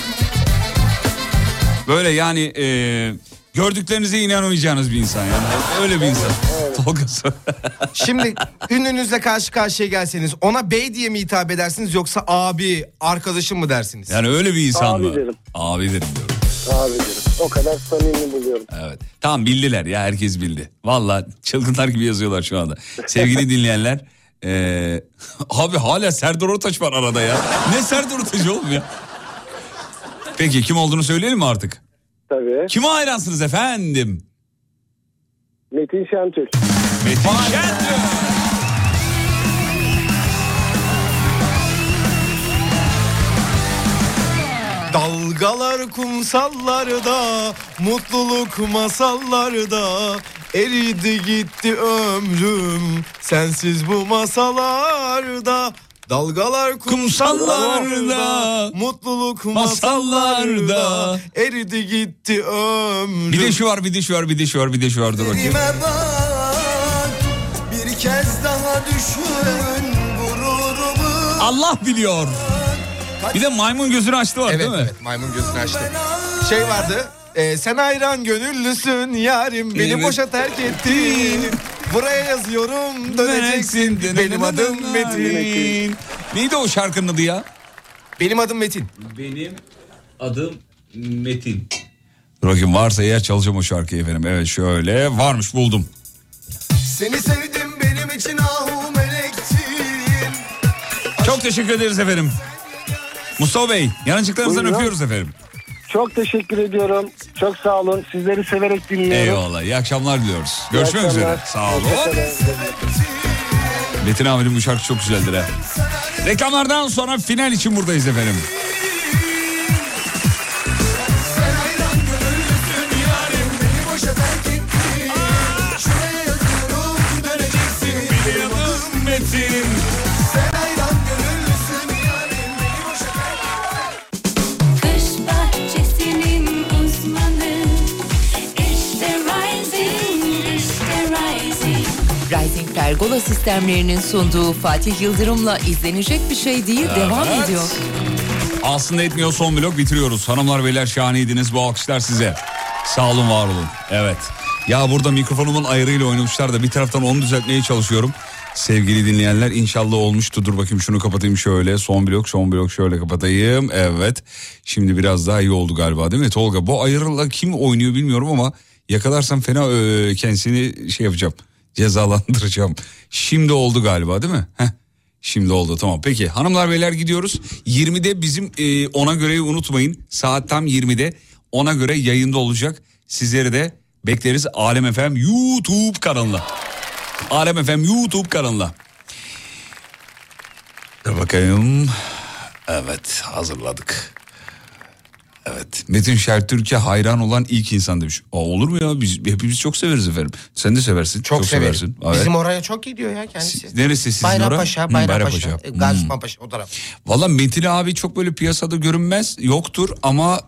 Böyle yani gördüklerinize inanamayacağınız bir insan yani. Öyle bir insan. Evet. Şimdi ünlünüzle karşı karşıya gelseniz ona bey diye mi hitap edersiniz yoksa abi, arkadaşım mı dersiniz? Yani öyle bir insan abi mı? Derim. Abi derim diyorum. Abi derim. O kadar samimi buluyorum. Evet. Tamam, bildiler ya, herkes bildi. Vallahi çılgınlar gibi yazıyorlar şu anda. Sevgili dinleyenler. Abi hala Serdar Ortaç var arada ya. Ne Serdar Ortaç oğlum ya? Peki kim olduğunu söyleyelim mi artık? Tabii. Kime hayransınız efendim? Metin Şentürk. Metin Şentürk. Dalgalar kumsallarda, mutluluk masallarda, eridi gitti ömrüm sensiz bu masalarda. Dalgalar kumsallarda, mutluluk masallarda, eridi gitti ömrüm. Bir de şu var. Dur bakayım. Bak, bir kez daha düşün gururumu. Allah biliyor. Bir de maymun gözünü açtı var, evet, değil mi? Evet, maymun gözünü açtı. Şey vardı. Sen hayran gönüllüsün yarim, beni boşa terk ettin. Buraya yazıyorum döneceksin. Benim adım Metin. Neydi o şarkının adı ya? Benim adım Metin. Benim adım Metin. Dur bakayım, varsa eğer çalacağım o şarkıyı efendim. Evet, şöyle varmış, buldum. Seni sevdim, benim için ahu melektin. Çok teşekkür ederiz efendim. Mustafa Bey, yanıcıklarınızdan öpüyoruz efendim. Çok teşekkür ediyorum. Çok sağ olun. Sizleri severek dinliyorum. Eyvallah. İyi akşamlar diliyoruz. Görüşmek üzere. Sağ olun. Metin abinin bu şarkı çok güzeldir ha. Reklamlardan sonra final için buradayız efendim. Rising Pergola sistemlerinin sunduğu Fatih Yıldırım'la izlenecek bir şey değil, devam ediyor. Aslında etmiyor, son blok bitiriyoruz. Hanımlar beyler, şahaneydiniz, bu alkışlar size. Sağ olun, var olun. Evet. Ya burada mikrofonumun ayarıyla oynamışlar da bir taraftan onu düzeltmeye çalışıyorum. Sevgili dinleyenler, inşallah olmuştu. Dur bakayım, şunu kapatayım şöyle. Son blok şöyle kapatayım. Evet. Şimdi biraz daha iyi oldu galiba, değil mi Tolga? Bu ayarla kim oynuyor bilmiyorum ama yakalarsam fena kendisini şey yapacağım. Cezalandıracağım. Şimdi oldu galiba, değil mi? Şimdi oldu, tamam. Peki hanımlar beyler, gidiyoruz. 20'de bizim ona göreyi unutmayın. Saat tam 20'de ona göre yayında olacak. Sizleri de bekleriz Alem FM YouTube kanalına. Alem FM YouTube kanalına. Dur bakayım. Evet, hazırladık. Evet, Metin Şentürk'e hayran olan ilk insan demiş. Olur mu ya, biz hepimiz çok severiz efendim. Sen de seversin. Çok seversin. Evet. Bizim oraya çok gidiyor ya kendisi. Neresi sizin Bayrampaşa, oraya? Bayrampaşa. Gazi Osman Paşa, o taraf. Valla Metin abi çok böyle piyasada görünmez, yoktur ama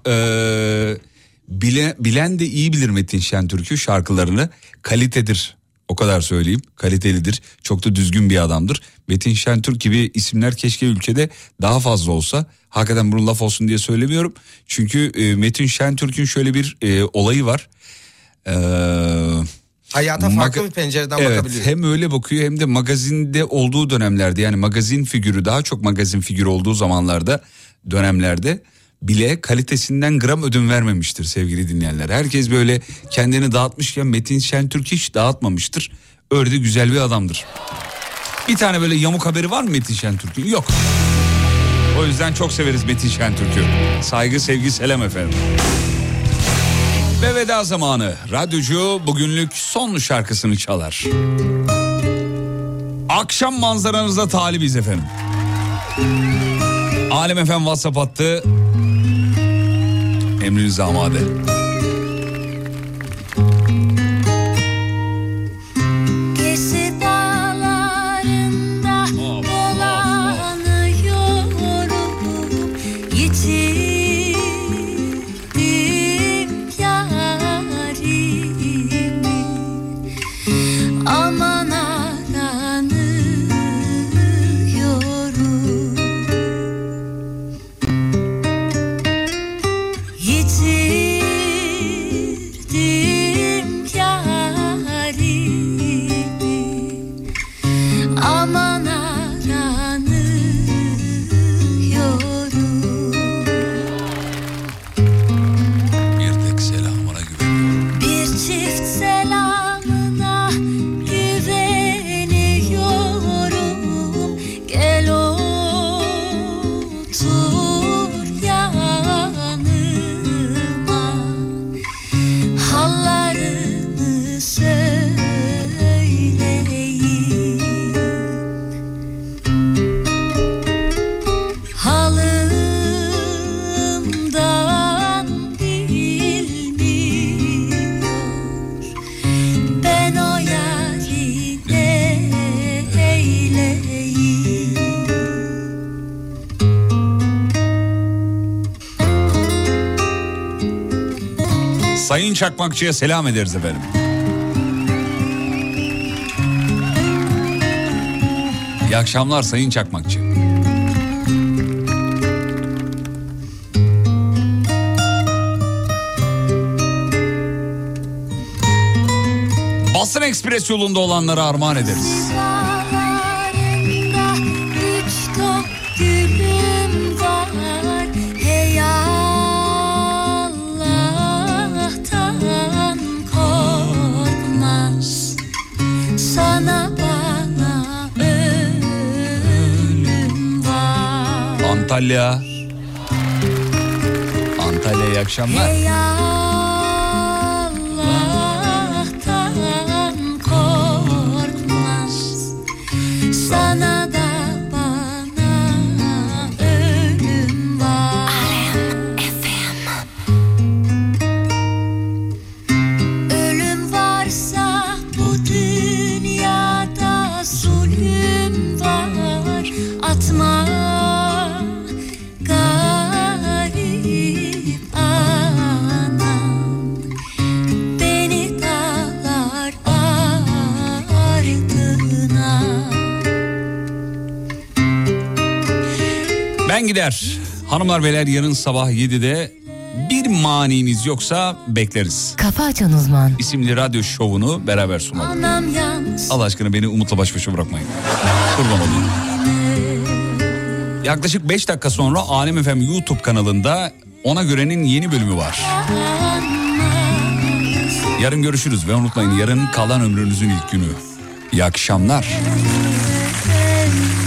bilen de iyi bilir Metin Şentürk'ü, şarkılarını. Kalitedir. O kadar söyleyeyim. Kalitelidir. Çok da düzgün bir adamdır. Metin Şentürk gibi isimler keşke ülkede daha fazla olsa. Hakikaten bunu laf olsun diye söylemiyorum. Çünkü Metin Şentürk'ün şöyle bir olayı var. Hayata farklı bir pencereden bakabiliyor. Evet, hem öyle bakıyor hem de magazinde olduğu dönemlerde, yani magazin figürü, daha çok magazin figürü olduğu zamanlarda, dönemlerde bile kalitesinden gram ödün vermemiştir sevgili dinleyenler. Herkes böyle kendini dağıtmışken Metin Şentürk hiç dağıtmamıştır. Öyle de güzel bir adamdır. Bir tane böyle yamuk haberi var mı Metin Şentürk'ün? Yok. O yüzden çok severiz Metin Şentürk'ü. Saygı, sevgi, selam efendim. Ve veda zamanı. Radyocu bugünlük son şarkısını çalar. Akşam manzaranıza talibiz efendim. Alem FM WhatsApp hattı. Emriniz amade. Gezi dağlarında dolanıyorum, yitirdim yarimi, aman aranıyorum, yitirdim Sayın Çakmakçı'ya selam ederiz efendim. İyi akşamlar Sayın Çakmakçı. Basın Ekspres yolunda olanlara armağan ederiz. Antalya. Antalya iyi akşamlar. Hey Allah'tan korkmaz. Sana da bana ölüm var. Alem FM. Ölüm varsa bu dünyada zulüm var. Atma ben gider. Hanımlar beyler yarın sabah 7'de bir maniniz yoksa bekleriz. Kafa Açan Uzman İsimli radyo şovunu beraber sunalım. Allah aşkına beni Umut'la baş başa bırakmayın. Kurban olayım. Yaklaşık 5 dakika sonra Alem FM YouTube kanalında Ona Göre'nin yeni bölümü var. Yarın görüşürüz ve unutmayın yarın kalan ömrünüzün ilk günü. İyi akşamlar.